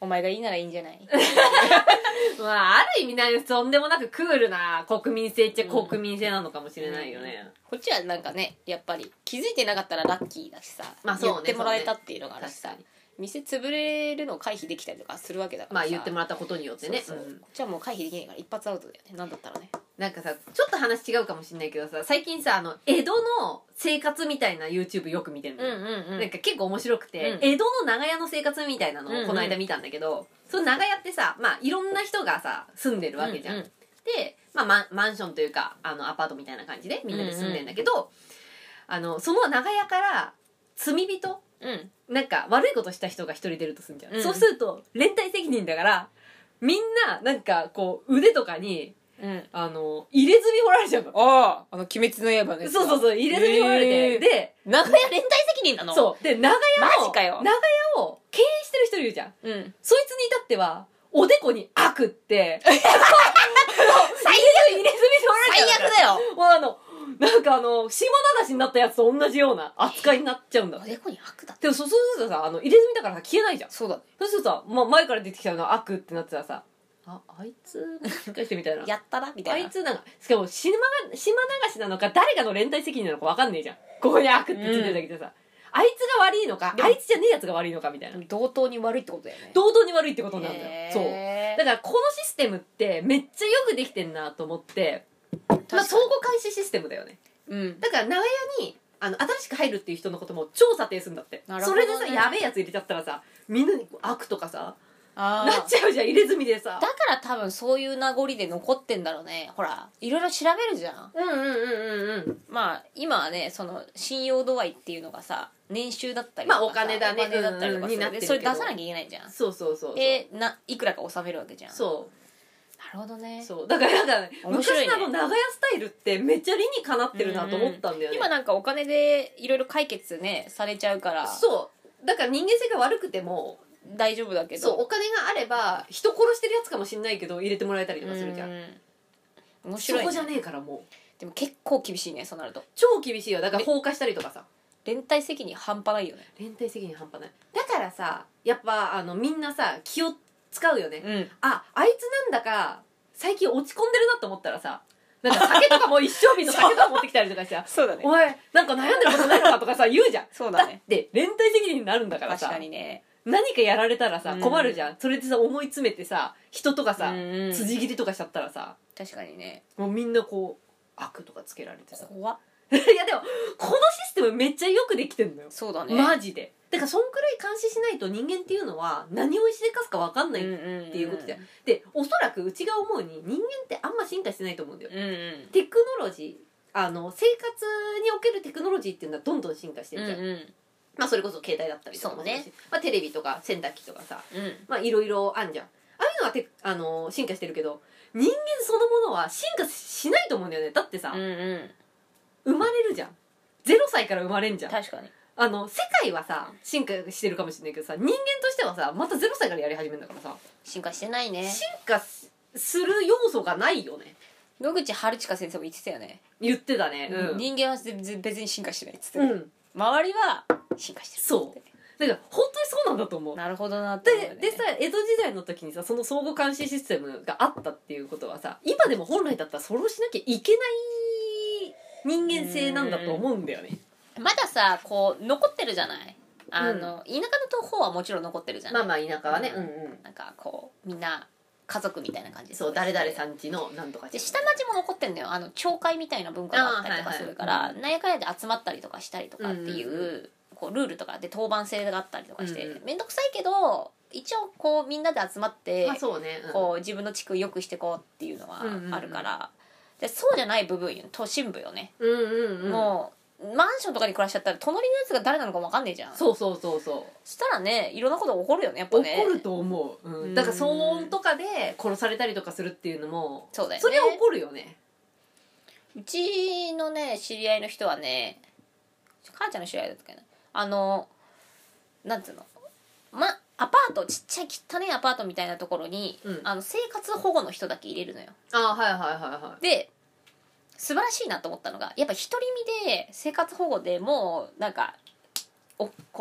S1: お前がいいならいいんじゃない。
S2: まあある意味ねとんでもなくクールな国民性っちゃ国民性なのかもしれないよね、
S1: こっちはなんかねやっぱり気づいてなかったらラッキーだしさ、
S2: まあそうね、
S1: 言ってもらえたっていうのがあるしさ、
S2: そうね、
S1: 店潰れるのを回避できたりとかするわけだからさ、
S2: まあ言ってもらったことによってね、
S1: そうそう、こっちはもう回避できないから一発アウトだよね、なんだったらね。
S2: なんかさちょっと話違うかもしれないけどさ、最近さ江戸の生活みたいな YouTube よく見てるのよ、なんか結構面白くて、江戸の長屋の生活みたいなのをこの間見たんだけど、その長屋ってさまあいろんな人がさ住んでるわけじゃん、で、まあ、マンションというかアパートみたいな感じでみんなで住んでんだけど、その長屋から罪人、なんか悪いことした人が一人出るとするじゃん、そうすると連帯責任だからみんななんかこう腕とかに入れ墨掘られちゃうの。
S1: ああ、鬼滅の刃ね。
S2: そうそうそう、入れ墨掘られて、で
S1: 長屋連帯責任なの。
S2: そうで長屋
S1: マジかよ。
S2: 長屋を経営してる人いるじゃん、そいつに至ってはおでこに悪って最悪入れ墨掘られちゃう。
S1: 最悪だよ。
S2: もうなんか下流しになったやつと同じような扱いになっちゃうんだ。
S1: おでこに悪だって。
S2: でもそうするとさ入れ墨だからさ消えないじゃん。
S1: そうだね。
S2: そうするとさ、前から出てきたのが悪ってなってたらさ、あいつもしかしてみたいな
S1: やったらみたいな。
S2: あいつなんかしかも島流しなのか誰かの連帯責任なのか分かんねえじゃん。ここに悪ってついてるだけでさ、あいつが悪いのかあいつじゃねえやつが悪いのかみたいな。
S1: 同等に悪いってことだよね。
S2: 同等に悪いってことなんだよ。そうだからこのシステムってめっちゃよくできてんなと思って、まあ、相互監視システムだよね。だから長屋に新しく入るっていう人のことも超査定するんだって、それでさやべえやつ入れちゃったらさみんなに悪とかさなっちゃうじゃん、入れ墨でさ。
S1: だから多分そういう名残で残ってんだろうね。ほらいろいろ調べるじゃん。まあ今はねその信用度合いっていうのがさ年収だったりとかさ、
S2: まあお金だね、
S1: お金だったりとか
S2: になってるけど
S1: それ出さなきゃいけないじゃん。
S2: そう
S1: いくらか納めるわけじゃん。
S2: そう
S1: なるほどね。
S2: そうだからなんか、ね、
S1: 昔
S2: の長屋スタイルってめっちゃ理にかなってるなと思ったんだよね、
S1: 今なんかお金でいろいろ解決ねされちゃうから、
S2: そうだから人間性が悪くても
S1: 大丈夫だけど、
S2: そうお金があれば人殺してるやつかもしんないけど入れてもらえたりとかするじゃん。
S1: 面白い、ね、
S2: そこじゃねえからもう。
S1: でも結構厳しいねそうなると。
S2: 超厳しいよ。だから放火したりとかさ
S1: 連帯責任半端ないよね。
S2: 連帯責任半端ない。だからさやっぱみんなさ気を使うよね、あいつなんだか最近落ち込んでるなと思ったらさなんか酒とかも一升瓶の酒とか持ってきたりとかして
S1: そうだね。
S2: お前なんか悩んでることないのかとかさ言うじゃん。
S1: そうだね。
S2: だって連帯責任になるんだからさ。
S1: 確かにね。
S2: 何かやられたらさ困るじゃん、それでさ思い詰めてさ人とかさ、辻切りとかしちゃったらさ
S1: 確かにね。
S2: もうみんなこう悪とかつけられてさ
S1: 怖っ。
S2: いやでもこのシステムめっちゃよくできてんのよ。
S1: そうだね。
S2: マジで。だからそんくらい監視しないと人間っていうのは何をしでかすか分かんないっていうことじゃん。でおそらくうちが思うに人間ってあんま進化してないと思うんだよ、テクノロジー生活におけるテクノロジーっていうのはどんどん進化してるじゃん、まあそれこそ携帯だったりとかもそうだし、まあ、テレビとか洗濯機とかさ、まあいろいろあんじゃん。ああいうのは進化してるけど人間そのものは進化しないと思うんだよね。だってさ、生まれるじゃん。0歳から生まれんじゃん。
S1: 確かに。
S2: 世界はさ進化してるかもしれないけどさ人間としてはさまた0歳からやり始めるんだからさ
S1: 進化してないね。
S2: 進化する要素がないよね。
S1: 野口春近先生も言ってたよね。
S2: 言ってたね、
S1: 人間は別に進化してないっつって、周りは進化してる。
S2: そうだから本当にそうなんだと思う。
S1: なるほどなって思うよね。
S2: でさ江戸時代の時にさその相互監視システムがあったっていうことはさ今でも本来だったらそれをしなきゃいけない人間性なんだと思うんだよね。
S1: まださこう残ってるじゃない。田舎の方はもちろん残ってるじゃん。
S2: まあまあ田舎はね、
S1: なんかこうみんな家族みたいな感じで、
S2: そう誰々さんちのなんとか
S1: で下町も残ってんだよ。町会みたいな文化があったりとかするからなんやかんやで集まったりとかしたりとかっていう、こうルールとかで当番制があったりとかして面倒くさいけど一応こうみんなで集まって、
S2: そうね、
S1: こう自分の地区良くしていこうっていうのはあるから、でそうじゃない部分よ都心部よね、もうマンションとかに暮らしちゃったら隣のやつが誰なのか分かんねえじゃん。そうしたらねいろんなこと起こるよねやっぱね。
S2: 起こると思う、だから騒音とかで殺されたりとかするっていうのも
S1: そうだよね。
S2: それは起こるよね。
S1: うちのね知り合いの人はね母ちゃんの知り合いだったっけな、なんつうのアパートちっちゃい汚いアパートみたいなところに、生活保護の人だけ入れるのよ。で素晴らしいなと思ったのがやっぱ独り身で生活保護でもうなんかこう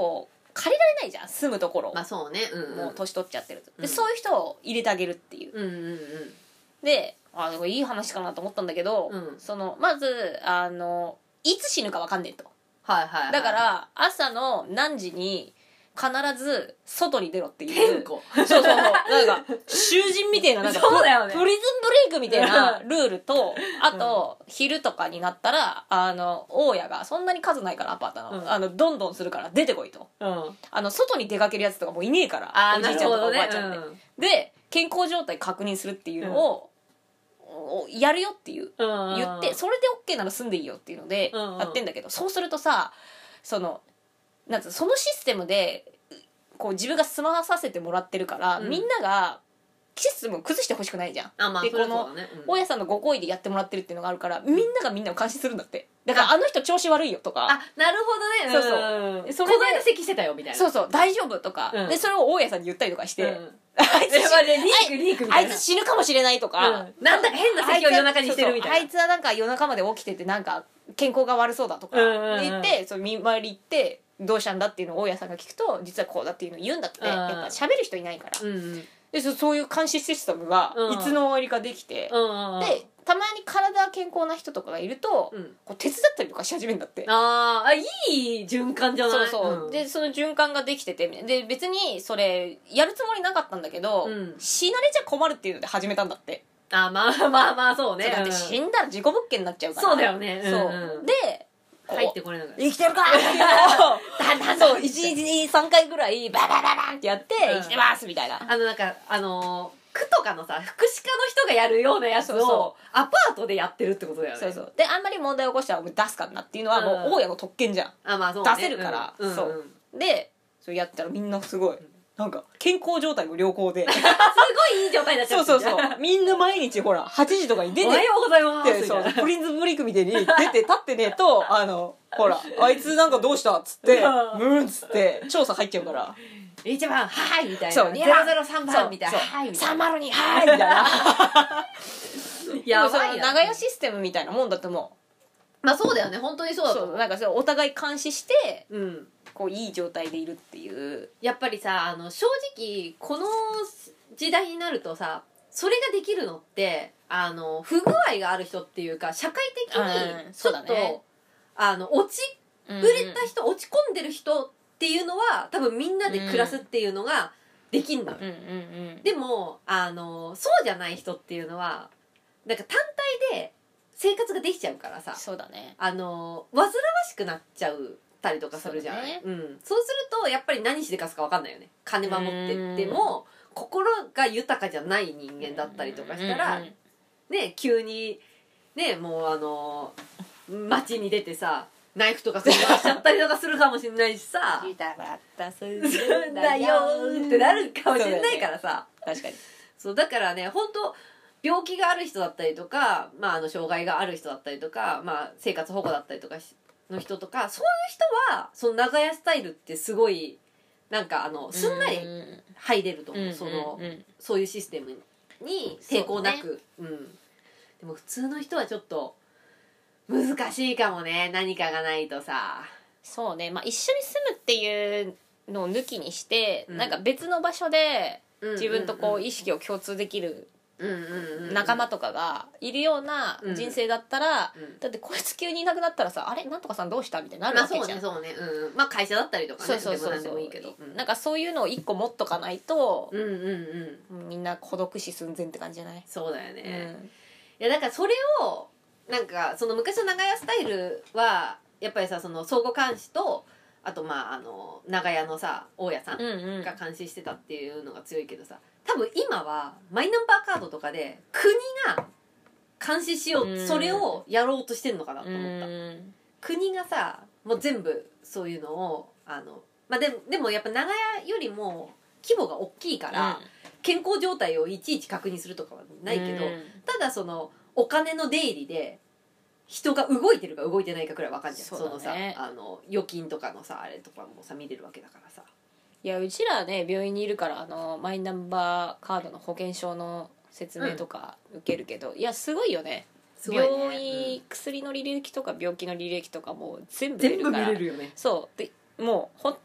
S1: 借りられないじゃん、住むところ、
S2: まあそうね、うんうん、
S1: もう年取っちゃってると、
S2: うん
S1: でそういう人を入れてあげるっていう、
S2: うんうんうん
S1: ででもいい話かなと思ったんだけど、
S2: うん
S1: そのまずいつ死ぬか分かんねえと、
S2: はいはい、はい、
S1: だから朝の何時に必ず外に出ろっていう
S2: 天候
S1: そうそうそう、なんか囚人みたいな、なんか
S2: そうだよね
S1: プリズンブレイクみたいなルールと、あと、昼とかになったら大家がそんなに数ないからアパートの、どんどんするから出てこいと、外に出かけるやつとかもういねえから、おじいちゃんとかおばあちゃんで、で健康状態確認するっていうのを、やるよっていう、言ってそれで OK なら住んでいいよっていうのでやってんだけど、そうするとさ、そのそのシステムでこう自分が住まわさせてもらってるから、みんながシステムを崩してほしくないじゃん。
S2: まあ、
S1: でこの大家さんのご厚意でやってもらってるっていうのがあるから、みんながみんなを監視するんだって。だからあの人調子悪いよとか、
S2: なるほどね、
S1: そうそう、それで
S2: この間席してたよみたいな、
S1: そうそう大丈夫とか、でそれを大家さんに言ったりとかして、あいつ
S2: リークみたいな、
S1: あいつ死ぬかもしれないとか、
S2: なんだか変な席を夜中にしてるみたいな、
S1: あいつはなんか夜中まで起きててなんか健康が悪そうだとか言って、その見回り行ってどうしたんだっていうのを大家さんが聞くと、実はこうだっていうのを言うんだって。やっぱ喋る人いないから、でそういう監視システムがいつの間にかできて、でたまに体健康な人とかがいると、こう手伝ったりとかし始めるんだって。
S2: いい循環じゃない。
S1: そうそう、でその循環ができてて、で別にそれやるつもりなかったんだけど、死なれちゃ困るっていうので始めたんだって。
S2: まあまあまあそうね、
S1: だって死んだら事故物件になっちゃうから。
S2: そうだよね、
S1: そうで
S2: 入ってこれながら
S1: 生きてるかっていうのをそう1日に3回ぐらいババババンってやって、生きてますみたいな、
S2: なんか区とかのさ福祉課の人がやるようなやつをアパートでやってるってことだよね。
S1: そうそうで、あんまり問題を起こしたら出すからなっていうのはもう大家の特権じゃん。
S2: まあそうね、
S1: 出せるから、そうでそれやったらみんなすごいなんか健康状態も良好で
S2: すごいいい状態になっちゃう。
S1: そうみんな毎日ほら8時とかに出て、
S2: おはようございます
S1: そうプリンズブリックみたいに出て立ってねえとほらあいつなんかどうしたっつってムーンっつって調査入っちゃうから、
S2: 1番はいみたいな、
S1: そう
S2: 003番みたいな、
S1: はいみたいな、302はいみたいな
S2: やばい
S1: 長屋システムみたいなもんだと思
S2: う。まあそうだよね、本当にそうだと思う。
S1: なんかお互い監視して、こういい状態でいるっていう。
S2: やっぱりさ正直この時代になるとさ、それができるのって不具合がある人っていうか、社会的にちょっと、落ちぶれた人、落ち込んでる人っていうのは多分みんなで暮らすっていうのができんのよ、でもそうじゃない人っていうのはなんか単体で生活ができちゃうからさ、
S1: そうだね、
S2: 煩わしくなっちゃうたりとかするじゃん。そうするとやっぱり何しでかすか分かんないよね。金守ってっても心が豊かじゃない人間だったりとかしたら、ね、急にね、もう街に出てさナイフとかすり回しちゃったりとかするかもしれないしさ
S1: 痛かったする
S2: んだよってなるかもしれないからさ、
S1: 確かに
S2: そうだからね、本当病気がある人だったりとか、障害がある人だったりとか、生活保護だったりとかの人とか、そういう人はその長屋スタイルってすごいなんかすんなり入れると思う、そういうシステムに抵抗なく、でも普通の人はちょっと難しいかもね、何かがないとさ。
S1: そうね、一緒に住むっていうのを抜きにして、なんか別の場所で自分とこう意識を共通できる仲間とかがいるような人生だったら、だってこいつ急にいなくなったらさ、あれなんとかさんどうしたみたいになるわけじゃん。
S2: そうね、会社だったりとかね、でもいいけど、
S1: なんかそういうのを一個持っとかないと、みんな孤独死寸前って感じじゃない？
S2: そうだよね、いやだからそれをなんかその昔の長屋スタイルはやっぱりさ、その相互監視と、あと長屋のさ大家さんが監視してたっていうのが強いけどさ、多分今はマイナンバーカードとかで国が監視しよう、それをやろうとしてんのかなと思った。国がさもう全部そういうのをでもやっぱ長屋よりも規模が大きいから、健康状態をいちいち確認するとかはないけど、ただそのお金の出入りで人が動いてるか動いてないかくらい分かんじゃん。そのさ預金とかのさあれとかもさ見れるわけだからさ。
S1: いやうちらね病院にいるからマイナンバーカードの保険証の説明とか受けるけど、いやすごいよね。病院、薬の履歴とか病気の履歴とかも全部出るから、
S2: 全部見れるよね。
S1: そうでもうほんと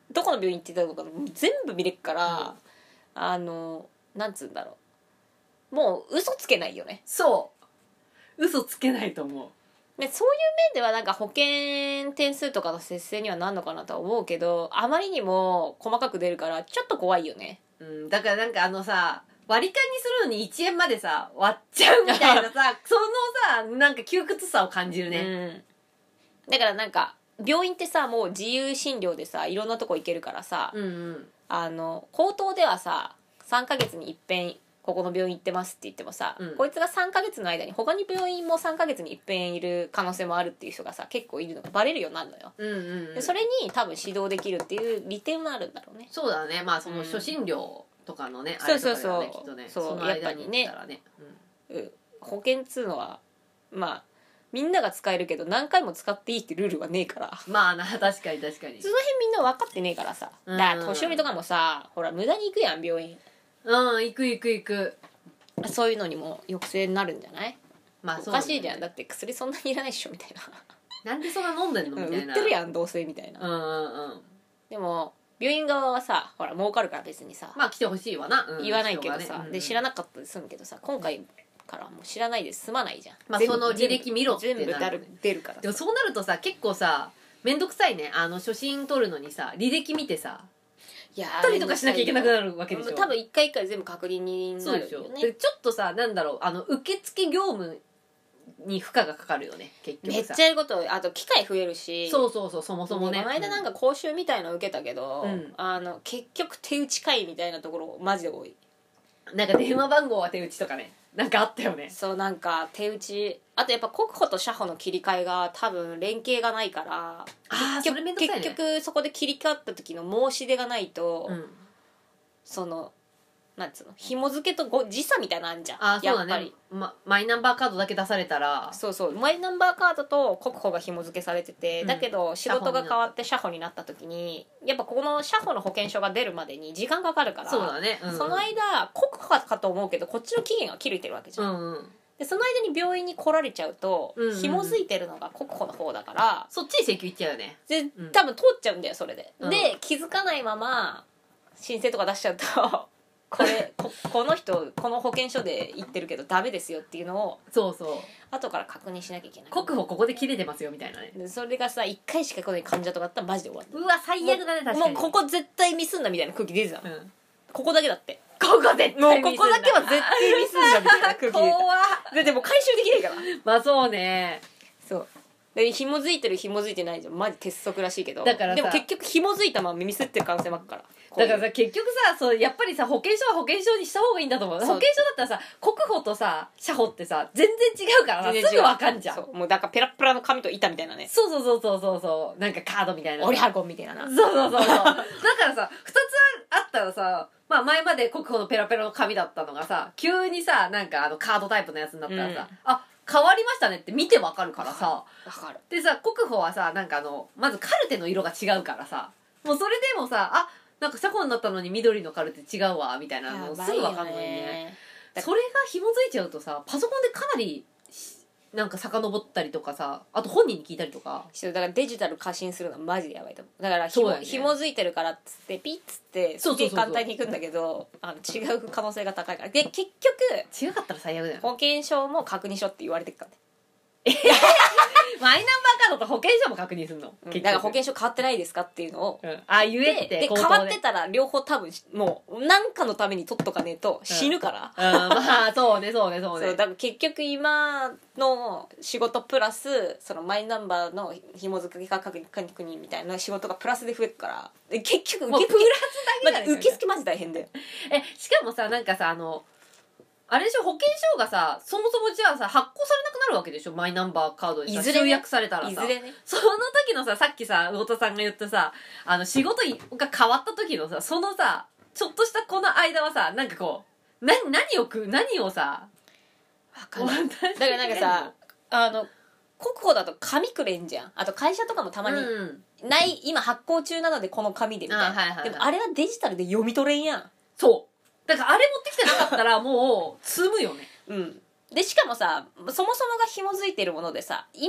S1: どこの病院行ってたのか全部見れっから、なんつうんだろう、もう嘘つけないよね。
S2: そう嘘つけないと思
S1: でそういう面ではなんか保険点数とかの節制にはなんのかなとは思うけど、あまりにも細かく出るからちょっと怖いよね。
S2: う。だからなんかさ、割り勘にするのに1円までさ、割っちゃうみたいなさ、そのさ、なんか窮屈さを感じるね。
S1: だからなんか、病院ってさ、もう自由診療でさ、いろんなとこ行けるからさ、口頭ではさ、3ヶ月に一遍、ここの病院行ってますって言ってもさ、こいつが3ヶ月の間に他に病院も3ヶ月に一遍いる可能性もあるっていう人がさ結構いるのがバレるようになるのよ、でそれに多分指導できるっていう利点はあるんだろうね。
S2: そうだね。まあその初診料とかのね、
S1: そうそうそう、
S2: あれとかだよね、きっとね、その間に行ったらね、
S1: 保険っつうのはまあみんなが使えるけど何回も使っていいってルールはねえから、
S2: まあな、確かに確かに
S1: その辺みんな分かってねえからさ、だから年寄りとかもさ、ほら無駄に行くやん病院。
S2: 行く行く行く。
S1: そういうのにも抑制になるんじゃない？
S2: まあそう、
S1: おかしいじゃん、だって薬そんなにいらないっしょみたいな。
S2: なんでそんな飲んでんのみたいな。
S1: 売ってるやんどうせみたいな。でも病院側はさ、ほら儲かるから別にさ、
S2: まあ来てほしいわな、
S1: 言わないけどさ、で知らなかったりするけどさ、今回からもう知らないで済まないじゃん。
S2: まあその履歴見ろって
S1: 全部出るからさ。
S2: でもそうなるとさ、結構さめんどくさいね。初診取るのにさ履歴見てさ、やったりとかしなきゃいけなくなるわけでしょ。
S1: 多分一回一回全部確認になるよね。
S2: そうでしょ。でちょっとさ、なんだろう、受付業務に負荷がかかるよね結局さ。
S1: めっちゃやること、あと機会増えるし。
S2: そうそうそう、そもそもね。
S1: この間なんか講習みたいの受けたけど、結局手打ち会みたいなところマジで多い。
S2: なんか電話番号は手打ちとかね、なんかあったよね。
S1: そう、なんか手打ち、あとやっぱ国保と社保の切り替えが多分連携がないから、
S2: それめんどくさいね。
S1: 結局そこで切り替わった時の申し出がないと、そのなんつうの、紐付けと時差みたいなのあんじゃん。
S2: そうだね。やっぱり、マイナンバーカードだけ出されたら、
S1: そうそう、マイナンバーカードと国保が紐付けされてて、だけど仕事が変わって社保になった時にやっぱこの社保の保険証が出るまでに時間かかるから、
S2: そうだね、
S1: その間国保かと思うけどこっちの期限が切れてるわけじゃん、でその間に病院に来られちゃうと、紐付いてるのが国保の方だから
S2: そっちに請求いっちゃうよね。
S1: で多分通っちゃうんだよそれで、で気づかないまま申請とか出しちゃうとこの人この保険証で言ってるけどダメですよっていうのを
S2: そうそう
S1: 後から確認しなきゃいけない。
S2: 国保ここで切れてますよみたいなね。
S1: でそれがさ1回しか来ない患者とかだったらマジで終わる。
S2: うわ最悪だね。確かに
S1: もうここ絶対ミスんだみたいな空気出てたの、ここだけだって、
S2: ここ絶対
S1: もうここだけは絶対ミスんだみたいな空気出てたでも回収できないから
S2: まあそうね。
S1: そうで紐づいてる紐づいてないじゃんマジ鉄則らしいけど、
S2: だからさ
S1: でも結局紐づいたままミスってる可能性もあるから
S2: だからさ結局さ、そうやっぱりさ保険証は保険証にした方がいいんだと思う。保険証だったらさ国保とさ社保ってさ全然違うからさすぐ分かんじゃん。
S1: そうもうだからペラペラの紙と板みたいなね。
S2: そうそうそうそうそうそう、なんかカードみたいな
S1: オリハゴンみたいなな。
S2: そうそうそうそうだからさ2つあったらさ、まあ前まで国保のペラペラの紙だったのがさ急にさなんかカードタイプのやつになったらさ、あ変わりましたねって見てわかるからさ。
S1: わかる。
S2: でさ国保はさなんかまずカルテの色が違うからさ、もうそれでもさなんか車庫になったのに緑のカルテ違うわみたいなのすぐわかんないね。それが紐づいちゃうとさパソコンでかなりなんか遡ったりとかさ、あと本人に聞いたりとか。
S1: だからデジタル過信するのはマジでやばいと思う。だから
S2: そうだよね
S1: 紐づいてるからっつってピッつってすげえ簡単にいくんだけど違う可能性が高いから。で結局
S2: 違かったら最悪だよ。
S1: 保険証も確認しろって言われてるからね。
S2: マイナンバーカードと保険証も確認するの、
S1: だから保険証変わってないですかっていうのを、
S2: 言えって
S1: で変わってたら両方多分もう何かのために取っとかねえと死ぬから、
S2: まあそうねそうねそうね。
S1: そうだから結局今の仕事プラスそのマイナンバーの紐付け確認みたいな仕事がプラスで増えるからで結局
S2: もうプラスだけだね。
S1: 受付マジ大変だよ。
S2: しかもさなんかさあれでしょ、保険証がさそもそもじゃあさ発行されなくなるわけでしょ、マイナンバーカードでさ集約されたらさ、
S1: いずれね。
S2: その時のさっきさ魚田さんが言ったさ仕事が変わった時のさそのさちょっとしたこの間はさなんかこう何をさ
S1: 分かんないだからなんかさ国保だと紙くれんじゃん。あと会社とかもたまに、今発行中なのでこの紙でみたいな、でもあれはデジタルで読み取れんやん。
S2: そうだからあれ持ってきてなかったらもう積むよね。
S1: でしかもさそもそもが紐づいてるものでさ今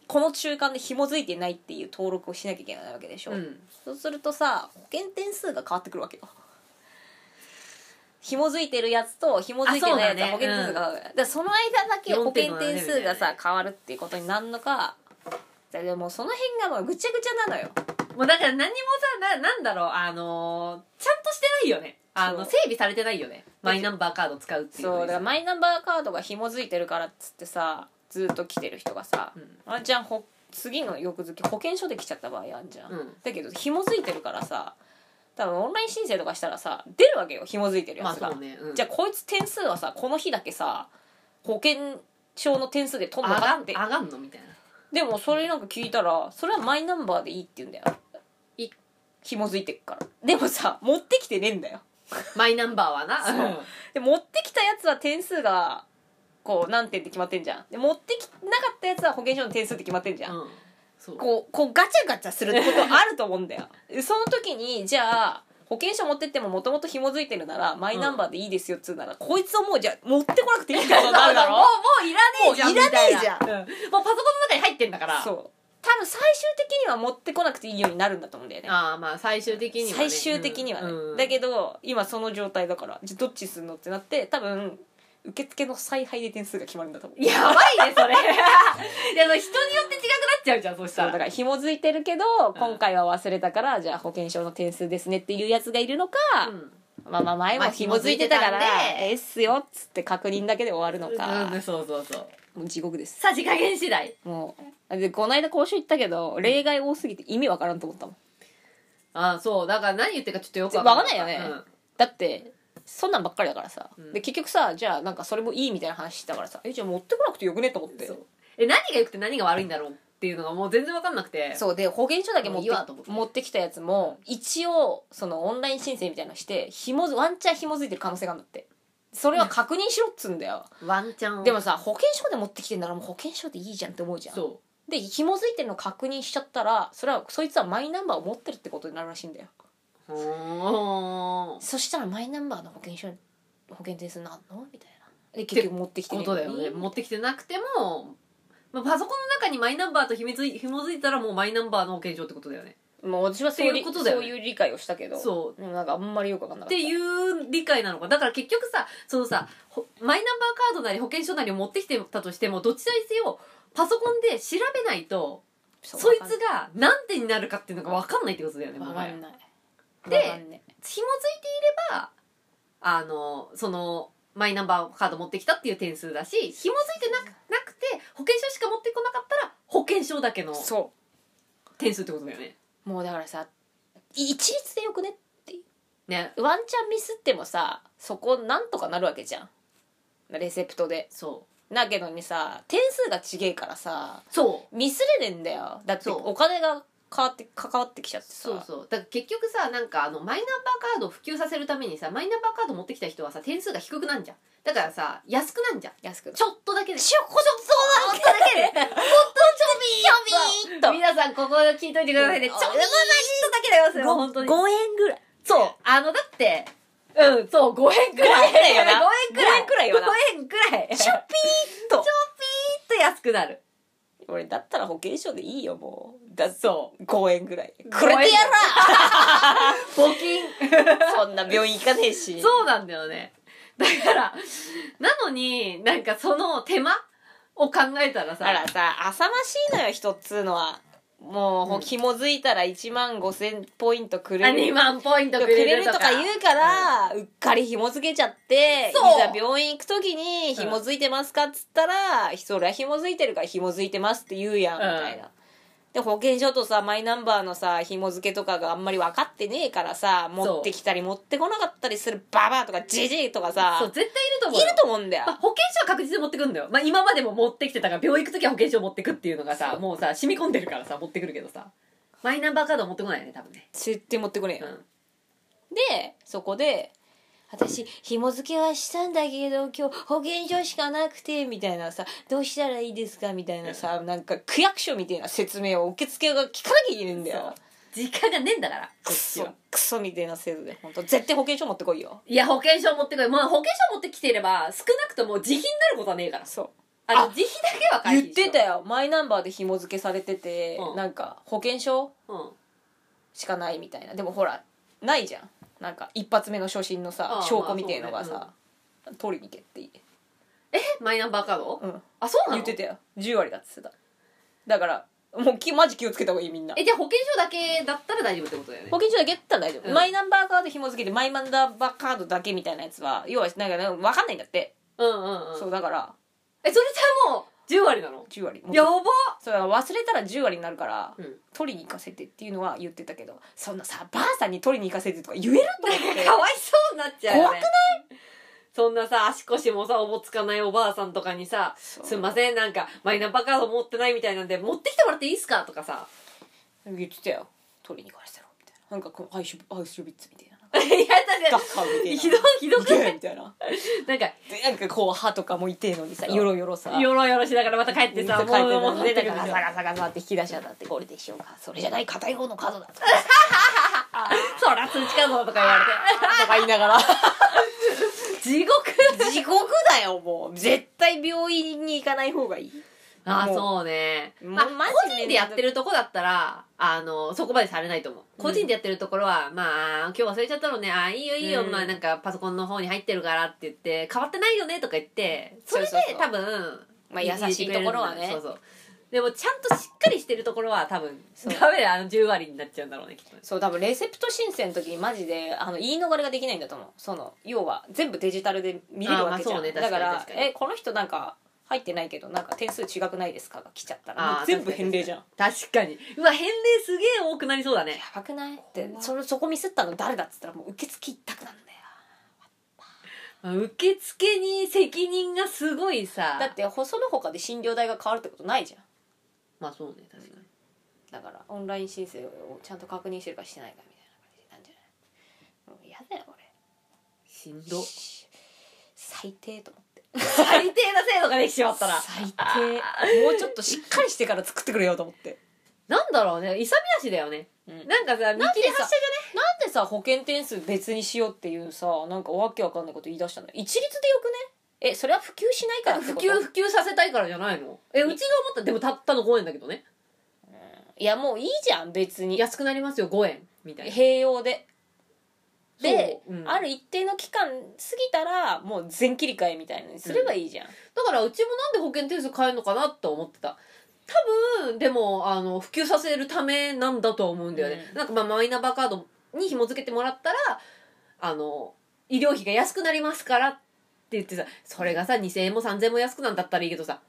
S1: この中間で紐づいてないっていう登録をしなきゃいけないわけでしょ、そうするとさ保険点数が変わってくるわけよ。紐づいてるやつと紐づいてないやつは保険点数が変わる、だからその間だけ保険点数がさ変わるっていうことになるのか。でもその辺がもうぐちゃぐちゃなのよ。
S2: もうだから何もさなんだろうちゃんとしてないよね。整備されてないよね、マイナンバーカード使うっていう。
S1: そうだからマイナンバーカードが紐づいてるからっつってさずっと来てる人がさ、あんちゃん次の翌月保険証で来ちゃった場合あんじゃん、だけど紐づいてるからさ多分オンライン申請とかしたらさ出るわけよ、紐づいてるやつが、じゃあこいつ点数はさこの日だけさ保険証の点数で取んのかって
S2: 上がんのみたいな。
S1: でもそれなんか聞いたらそれはマイナンバーでいいって言うんだよ、紐づいてっから。でもさ持ってきてねえんだよ
S2: マイナンバーはな。
S1: そうで持ってきたやつは点数がこう何点って決まってんじゃん。で持ってきなかったやつは保険証の点数って決まってんじゃん、こうガチャガチャするってことあると思うんだよその時にじゃあ保険証持ってってももともと紐づいてるならマイナンバーでいいですよっつうなら、こいつをもうじゃあ持ってこなくていいってことになるだろ
S2: もういらねえじゃん
S1: もういらねえじゃん、
S2: もうパソコンの中に入ってんだから。
S1: そう多分最終的には持ってこなくていいようになるんだと思うんだよね。
S2: まあ最終的にはね。
S1: 最終的にはね、だけど今その状態だからじゃあどっちすんのってなって多分受付の采配で点数が決まるんだと思う。
S2: やばいねそれでも人によって違くなっちゃうじゃん。そしたら
S1: だから紐づいてるけど、今回は忘れたからじゃあ保険証の点数ですねっていうやつがいるのか、まあ前も紐づいてたからええっすよっつって確認だけで終わるのか、
S2: そう
S1: もう地獄です。
S2: さじ加減次第。
S1: もうでこの間講習行ったけど例外多すぎて意味わからんと思ったもん。
S2: そうだから何言ってるかちょっとよく
S1: わかんないよね、だってそんなんばっかりだからさ、で結局さじゃあなんかそれもいいみたいな話してたからさじゃあ持ってこなくてよくねと思って。
S2: 何が良くて何が悪いんだろうっていうのがもう全然分かんなくて。
S1: そうで保険証だけ持ってきたやつも一応そのオンライン申請みたいなのしてワンチャン紐づいてる可能性があるんだって。それは確認しろっつうんだよ
S2: ワンチャン。
S1: でもさ保険証で持ってきてんならもう保険証でいいじゃんって思うじゃん。そうで紐づいてるの確認しちゃったらそいつはマイナンバーを持ってるってことになるらしいんだよ。そしたらマイナンバーの保険点数なんのみたいな。で結局持ってきてね
S2: ことだよね。持ってきてなくても、パソコンの中にマイナンバーと紐づいたらもうマイナンバーの保険証ってことだよね。
S1: もう私はそういう理解をしたけど、
S2: そう
S1: でもなんかあんまりよくわかんなかった
S2: っていう理解なのか。だから結局さマイナンバーカードなり保険証なりを持ってきてたとしてもどちらにせよパソコンで調べないとそいつが何点になるかっていうのが分かんないってことだよね。
S1: 分かんない。
S2: で紐づいていればそのマイナンバーカード持ってきたっていう点数だし、紐づいてなくて保険証しか持ってこなかったら保険証だけの点数ってことだよね。
S1: もうだからさ一律でよくねっていう
S2: ね。
S1: ワンチャンミスってもさそこなんとかなるわけじゃんレセプトで。そうだけどにさ点数が違えからさミスれねえんだよ。だってお金が関わってきちゃってさ。
S2: だから結局さなんかマイナンバーカードを普及させるためにさマイナンバーカード持ってきた人はさ点数が低くなんじゃん。だからさ安くなんじゃん。ちょっとだけでちょっとだけでほんとちょびーっと皆さんここ聞いといてくださいね。ちょびーっとだけだよそれ本当に
S1: 5円ぐらい。
S2: そうだってそう5円くらい
S1: だよな。5
S2: 円くらいよな。5円くらい
S1: ちょぴーっと
S2: 安くなる。
S1: 俺だったら保険証でいいよもう。
S2: そう
S1: 5円ぐらいくれてやら
S2: 募金
S1: そんな病院行かねえし。
S2: そうなんだよね。だからなのになんかその手間を考えたらさ
S1: 浅ましいのよ人っつうのは。もう紐づいたら15,000ポイントくれる
S2: 2万ポイントく
S1: れるとか言うから、うっかり紐付けちゃっていざ病院行く時に紐づいてますかっつったら、そりゃ紐づいてるから紐づいてますって言うやんみたいな。で保険証とさマイナンバーのさ紐付けとかがあんまり分かってねえからさ持ってきたり持ってこなかったりするババアとかジジイとかさ
S2: 絶対いると思う。
S1: いると思うんだよ。
S2: 保険証は確実に持ってくんだよ。今までも持ってきてたから病院行く時は保険証持ってくっていうのがさもうさ染み込んでるからさ持ってくるけどさマイナンバーカードは持ってこないよね多分ね。
S1: 絶対持ってこねえよ、でそこで私紐付けはしたんだけど今日保険証しかなくてみたいなさどうしたらいいですかみたいなさなんか区役所みたいな説明を受付が聞かなきゃいけないんだよ。
S2: 時間がねえんだから
S1: クソみたいな制度で本当絶対保険証持ってこいよ。
S2: いや保険証持ってこい。保険証持ってきていれば少なくとも自費になることはねえから。 自費だけは回避
S1: 言ってたよ。マイナンバーで紐付けされてて、
S2: うん
S1: なんか保険証
S2: うん
S1: しかないみたいな。でもほらないじゃん、なんか一発目の初診のさ証拠みたいのがさ、取りに行けって言
S2: マイナンバーカード、
S1: うん
S2: あ、そうなの？
S1: ってたよ。10割だって言ってた。だからもうマジ気をつけた方がいい、みんな。
S2: じゃあ保険証だけだったら大丈夫ってことだよね。
S1: 保険証だけやったら大丈夫、
S2: うん
S1: マイナンバーカード紐付けてマイナンバーカードだけみたいなやつは要はなんか分かんないんだって、
S2: うんうんうん。
S1: そうだから
S2: それじゃあもう10割なの？
S1: 10割
S2: やば。
S1: そうだから忘れたら10割になるから、
S2: うん
S1: 取りに行かせてっていうのは言ってたけど、そんなさばあさんに取りに行かせてとか言えると思って
S2: かわいそうになっちゃうよね。
S1: 怖くない？
S2: そんなさ、足腰もさ、おぼつかないおばあさんとかにさ、
S1: そう
S2: すんません、なんか、マイナンバーカード持ってないみたいなんで、持ってきてもらっていいっすかとかさ。
S1: 言ってたよ、取りに行かせろみたいな、なんかこうアイシュビッツみたいな
S2: やだ
S1: ガッハウみたいな
S2: ひどい、ひどくない？
S1: みたいな
S2: なんか、
S1: でなんかこう歯とかも痛えのにさ、よろよろさ
S2: よろよろしながらまた帰ってさ、
S1: 帰って
S2: もう
S1: たんで、
S2: てくる
S1: なんかガサガサガサって引き出しちゃったって、これでしょうか、それじゃない硬い方の角だとか
S2: そら通知カードとか言われて。
S1: とか言いながら
S2: 地獄。
S1: 地獄だよ、もう絶対病院に行かない方がいい。
S2: あ、
S1: もう
S2: そうね。まあ、
S1: もうマジ
S2: 個人でやってるとこだったら、そこまでされないと思う。個人でやってるところは、まあ、今日忘れちゃったのね、いいよいいよ、
S1: うん
S2: まあなんかパソコンの方に入ってるからって言って、変わってないよねとか言って、それで
S1: そうそうそう
S2: 多分、
S1: まあ優しいところはね
S2: そうそう。でもちゃんとしっかりしてるところは多分、
S1: そう
S2: ダメだ、10割になっちゃうんだろうね、きっとね。
S1: そう多分レセプト申請の時にマジで言い逃れができないんだと思う。要は全部デジタルで見れるわけじゃん、
S2: あーまあそうね確かに
S1: だから
S2: 確かに
S1: この人なんか入ってないけどなんか点数違くないですかが来ちゃったらも
S2: あー
S1: う全部返礼じゃん。
S2: 確かに。うわ、返礼すげえ多くなりそうだね。
S1: やばくないってそこミスったの誰だっつったらもう受付一択なんだよ。
S2: 受付に責任がすごいさ。
S1: だってその他で診療代が変わるってことないじゃん。
S2: まあそうね、確かに。
S1: だからオンライン申請をちゃんと確認してるかしてないかみたいな感じなんじゃない？もう嫌だよ俺。
S2: しんど。
S1: 最低と思って
S2: 最低な制度ができてしまったら。
S1: 最低。もうちょっとしっかりしてから作ってくれよと思って。
S2: なんだろうね、勇み足だよね。
S1: うん
S2: なんかさ、見切り発車じゃね。
S1: なんでさ保険点数別にしようっていうさなんかわけわかんないこと言い出したの。一律でよくね？それは普及しないからってこと？
S2: 普及させたいからじゃないの？うちが思ったでもたったの5円だけどね。
S1: いやもういいじゃん別に。
S2: 安くなりますよ、5円。みたいな。
S1: 併用で。で、
S2: そううん
S1: ある一定の期間過ぎたらもう全切り替えみたいなのにすればいいじゃん。
S2: だからうちもなんで保険点数変えるのかなと思ってた。多分、でも、普及させるためなんだとは思うんだよね。
S1: うん
S2: なんかまあマイナンバーカードに紐付けてもらったら、医療費が安くなりますからって言ってさ、それがさ、2000円も3000円も安くなんだったらいいけどさ、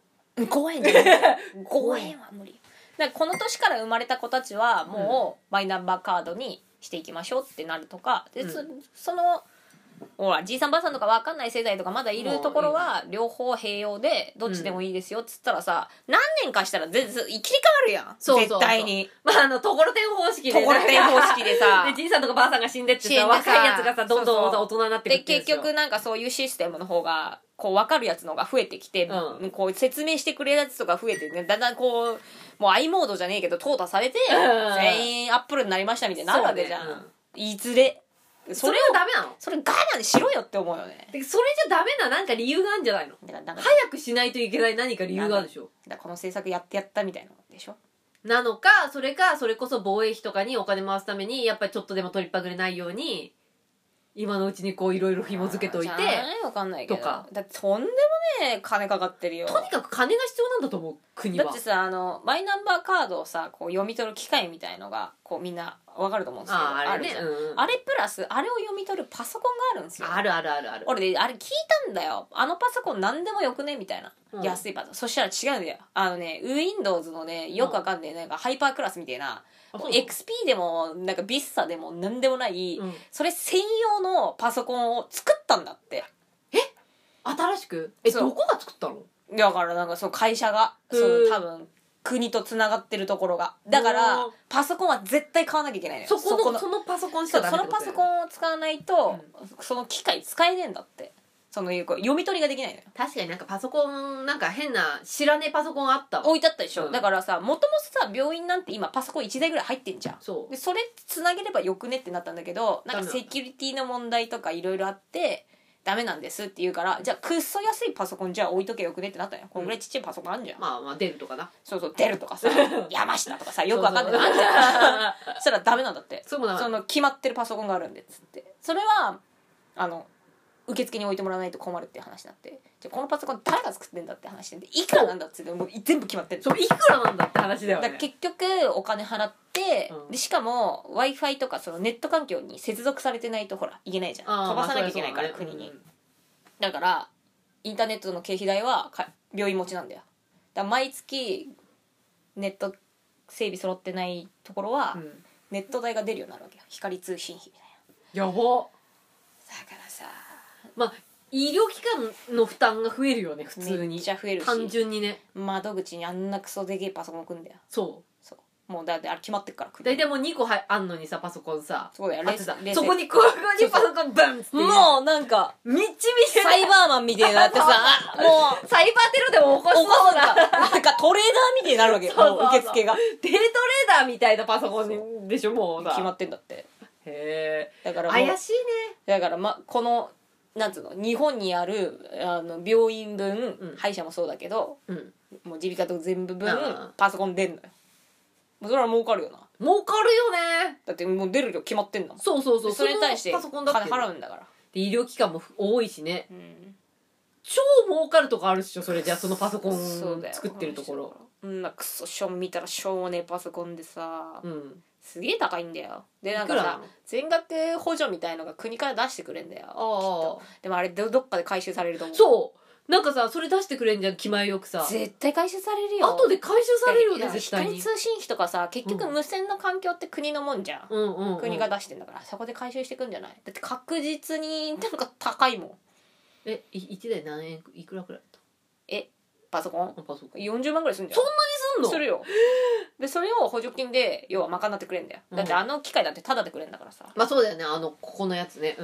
S1: 5円じゃない5円は無理。だからこの年から生まれた子たちはもうマイナンバーカードにしていきましょうってなるとかで、そのほらじいさんばあさんとか分かんない世代とかまだいるところは両方併用でどっちでもいいですよっつったらさ、何年かしたら全然切り替わるやん。
S2: そうそうそう
S1: 絶対に
S2: まあところてん方式で。
S1: ところてん方式でさ
S2: で、じいさんとかばあさんが死んでってさ、
S1: 死んでさ
S2: 若いやつがさ、どんどん
S1: そうそう
S2: 大人になってく
S1: で
S2: っていうんですよ。
S1: 結局なんかそういうシステムの方がこう分かるやつのが増えてきて、
S2: うん
S1: こう説明してくれるやつとか増えてね、だんだんこうもう i モードじゃねえけど淘汰されて、全員アップルになりましたみたいになるわけじゃん、
S2: そうね
S1: いずれ
S2: それはダメなの？
S1: それガーナでしろよって思うよね。
S2: でそれじゃダメななんか理由があるんじゃないの？
S1: だから
S2: 早くしないといけない何か理由があるでしょ。
S1: この政策やってやったみたいなのでしょ。
S2: なのか、それこそ防衛費とかにお金回すために、やっぱりちょっとでも取りっぱぐれないように、今のうちにこういろいろ紐付けといて、
S1: わかんないけど
S2: とか
S1: だってとんでもね金かかってるよ。
S2: とにかく金が必要なんだと思う、国は。
S1: だってさマイナンバーカードをさこう読み取る機械みたいのがこうみんなわかると思うんですけど
S2: あれね
S1: るじゃん、
S2: うん
S1: あれプラスあれを読み取るパソコンがあるんですよ。
S2: あるあるあるある。
S1: 俺であれ聞いたんだよ。パソコン何でもよくねみたいな、
S2: うん
S1: 安いパソコン。そしたら違うんだよ。Windows のねよくわかんねえなんかハイパークラスみたいな、
S2: あそう
S1: XP でもなんか Vista でも何でもない、
S2: うん
S1: それ専用のパソコンを作ったんだって。
S2: 新しく
S1: そう
S2: どこが作ったの？
S1: だからなんかそう会社が
S2: へー
S1: 多分国とつながってるところがだから
S2: おー
S1: パソコンは絶対買わなきゃいけないのよ。
S2: そこの
S1: そ
S2: そのパソコンし
S1: そうそ
S2: かダメってことだよね。
S1: のパソコンを使わないと、その機械使えねえんだって。読み取りができないのよ。
S2: 確かになんかパソコン、なんか変な知らねえパソコンあったわ。
S1: 置いてあったでしょ、
S2: うん
S1: だからさもともとさ病院なんて今パソコン1台ぐらい入ってんじゃん。
S2: そう
S1: でそれつなげればよくねってなったんだけどなんかセキュリティの問題とかいろいろあってダメなんですって言うから、じゃあくっそ安いパソコンじゃあ置いとけよくねってなったんよ。こんぐらいちっちゃいパソコンあんじゃん、
S2: まあまあデルとかな。
S1: そうそう、デルとかさ山下とかさ、よくわかんないのあんじゃんそしたらダメなんだって。
S2: そうもダメ。
S1: その決まってるパソコンがあるんでっつって、それは受付に置いてもらわないと困るっていう話になって、じゃあこのパソコン誰が作ってんだって話で、いくらなんだっつってもう全部決まってる。
S2: そう、いくらなんだって話だよね。
S1: だから結局お金払って、でしかも w i f i とかそのネット環境に接続されてないとほらいけないじゃん、飛ばさなきゃいけないから、
S2: まあ
S1: 国に、だからインターネットの経費代は病院持ちなんだよ。だから毎月ネット整備揃ってないところは、ネット代が出るようになるわけよ、光通信費みたいな。
S2: やば。
S1: だからさ、
S2: まあ医療機関の負担が増えるよね、普通に。
S1: めっちゃ増えるし、
S2: 単純にね。
S1: 窓口にあんなクソでけえパソコン置くんだよ。
S2: そう
S1: もうだってあれ決まってっから、
S2: 大体もう2個あんのにさ、パソコンさ、
S1: そうだよ、
S2: あってさ、そこにこうにパソコンブンって
S1: もうなんか
S2: みっちみち
S1: サイバーマンみたいになってさもう
S2: サイバーテロでも起こしそうな
S1: なんかトレーダーみたいになるわけよ、もう受付が
S2: デイトレーダーみたいなパソコンでしょ、もうさ
S1: 決まってんだって。
S2: へえ。
S1: だから
S2: 怪しいね。
S1: だからこのなんつうの、日本にある病院分、歯医者もそうだけど、もう耳鼻科と全部分パソコン出んのよ。もうそれは儲かるよな。
S2: 儲かるよね。
S1: だってもう出る量決まってんだもん。
S2: そうそうそう。
S1: それに対して
S2: パソコンだって
S1: 金払うんだから。
S2: で医療機関も多いしね、超儲かるとこあるっしょ、それじゃあそのパソコン作ってるところ。
S1: クソしょん見たらしょうもねえパソコンでさ、すげえ高いんだよ。でなんかさ、全額補助みたいのが国から出してくれんだよ、きっと。でもあれどっかで回収されると思う。
S2: そうなんかさ、それ出してくれんじゃん、気前よくさ。
S1: 絶対回収されるよ。
S2: 後で回収されるよね、絶対に。
S1: 光通信費とかさ、結局無線の環境って国のもんじゃん。国が出してんだから、そこで回収してくんじゃない？だって確実になんか高いもん。
S2: 1台何円、いくらくらいだった？
S1: パソコン？
S2: パソコン。
S1: 40万ぐらいすんじゃん。
S2: そんなにすんの？
S1: するよ。で、それを補助金で、要は賄ってくれんだよ。だってあの機械だってタダでくれんだからさ。
S2: まあそうだよね、ここのやつね。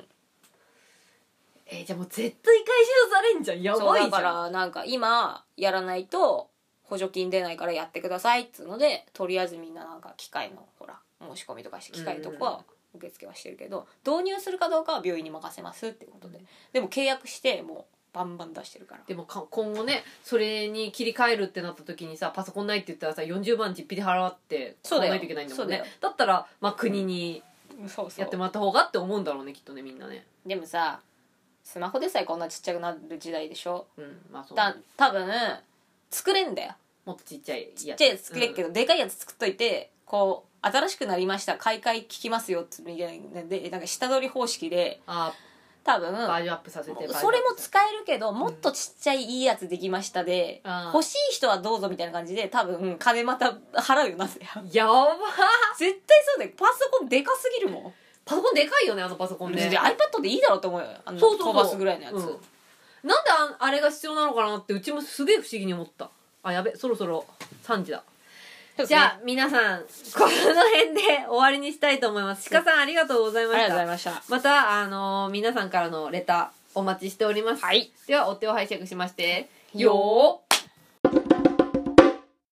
S2: じゃあもう絶対回収されんじゃん。やばいじゃん。
S1: そうだからなんか今やらないと補助金出ないからやってくださいっつうので、とりあえずみんななんか機械のほら申し込みとかして機械とかは受付はしてるけど、導入するかどうかは病院に任せますっていうことで、でも契約してもうバンバン出してるから。
S2: でも今後ね、それに切り替えるってなった時にさ、パソコンないって言ったらさ、40万実費で払って買わないといけないんだもんね。だったらまあ国にやってもらった方がって思うんだろうね、きっとね、みんなね。
S1: でもさ、スマホでさえこんなちっちゃくなる時代でしょ。
S2: まあそう。
S1: 多分作れんだよ。
S2: もっとちっちゃいやつ。
S1: ちっちゃいやつ作れっけど、でかいやつ作っといて、こう新しくなりました、買い替え聞きますよってみたいなんで、なんか下取り方式で多分
S2: バージョンアップさせて、
S1: それも使えるけど、もっとちっちゃいいいやつできましたで、欲しい人はどうぞみたいな感じで多分金また払うよなぜ
S2: やば
S1: 絶対そうだよ。パソコンでかすぎるもん。
S2: パソコンでかいよね、あのパソコンね。
S1: iPad でいいだろうと思うよ、飛ばすぐらいのやつ。なんで
S2: あれが必要なのかなって、うちもすげえ不思議に思った。やべ、そろそろ3時だ。じゃあ皆さんこの辺で終わりにしたいと思います。鹿さんありがとうございました。
S1: ありがとうございました。
S2: また皆さんからのレターお待ちしております。はい。ではお手を拝借しまして、よー。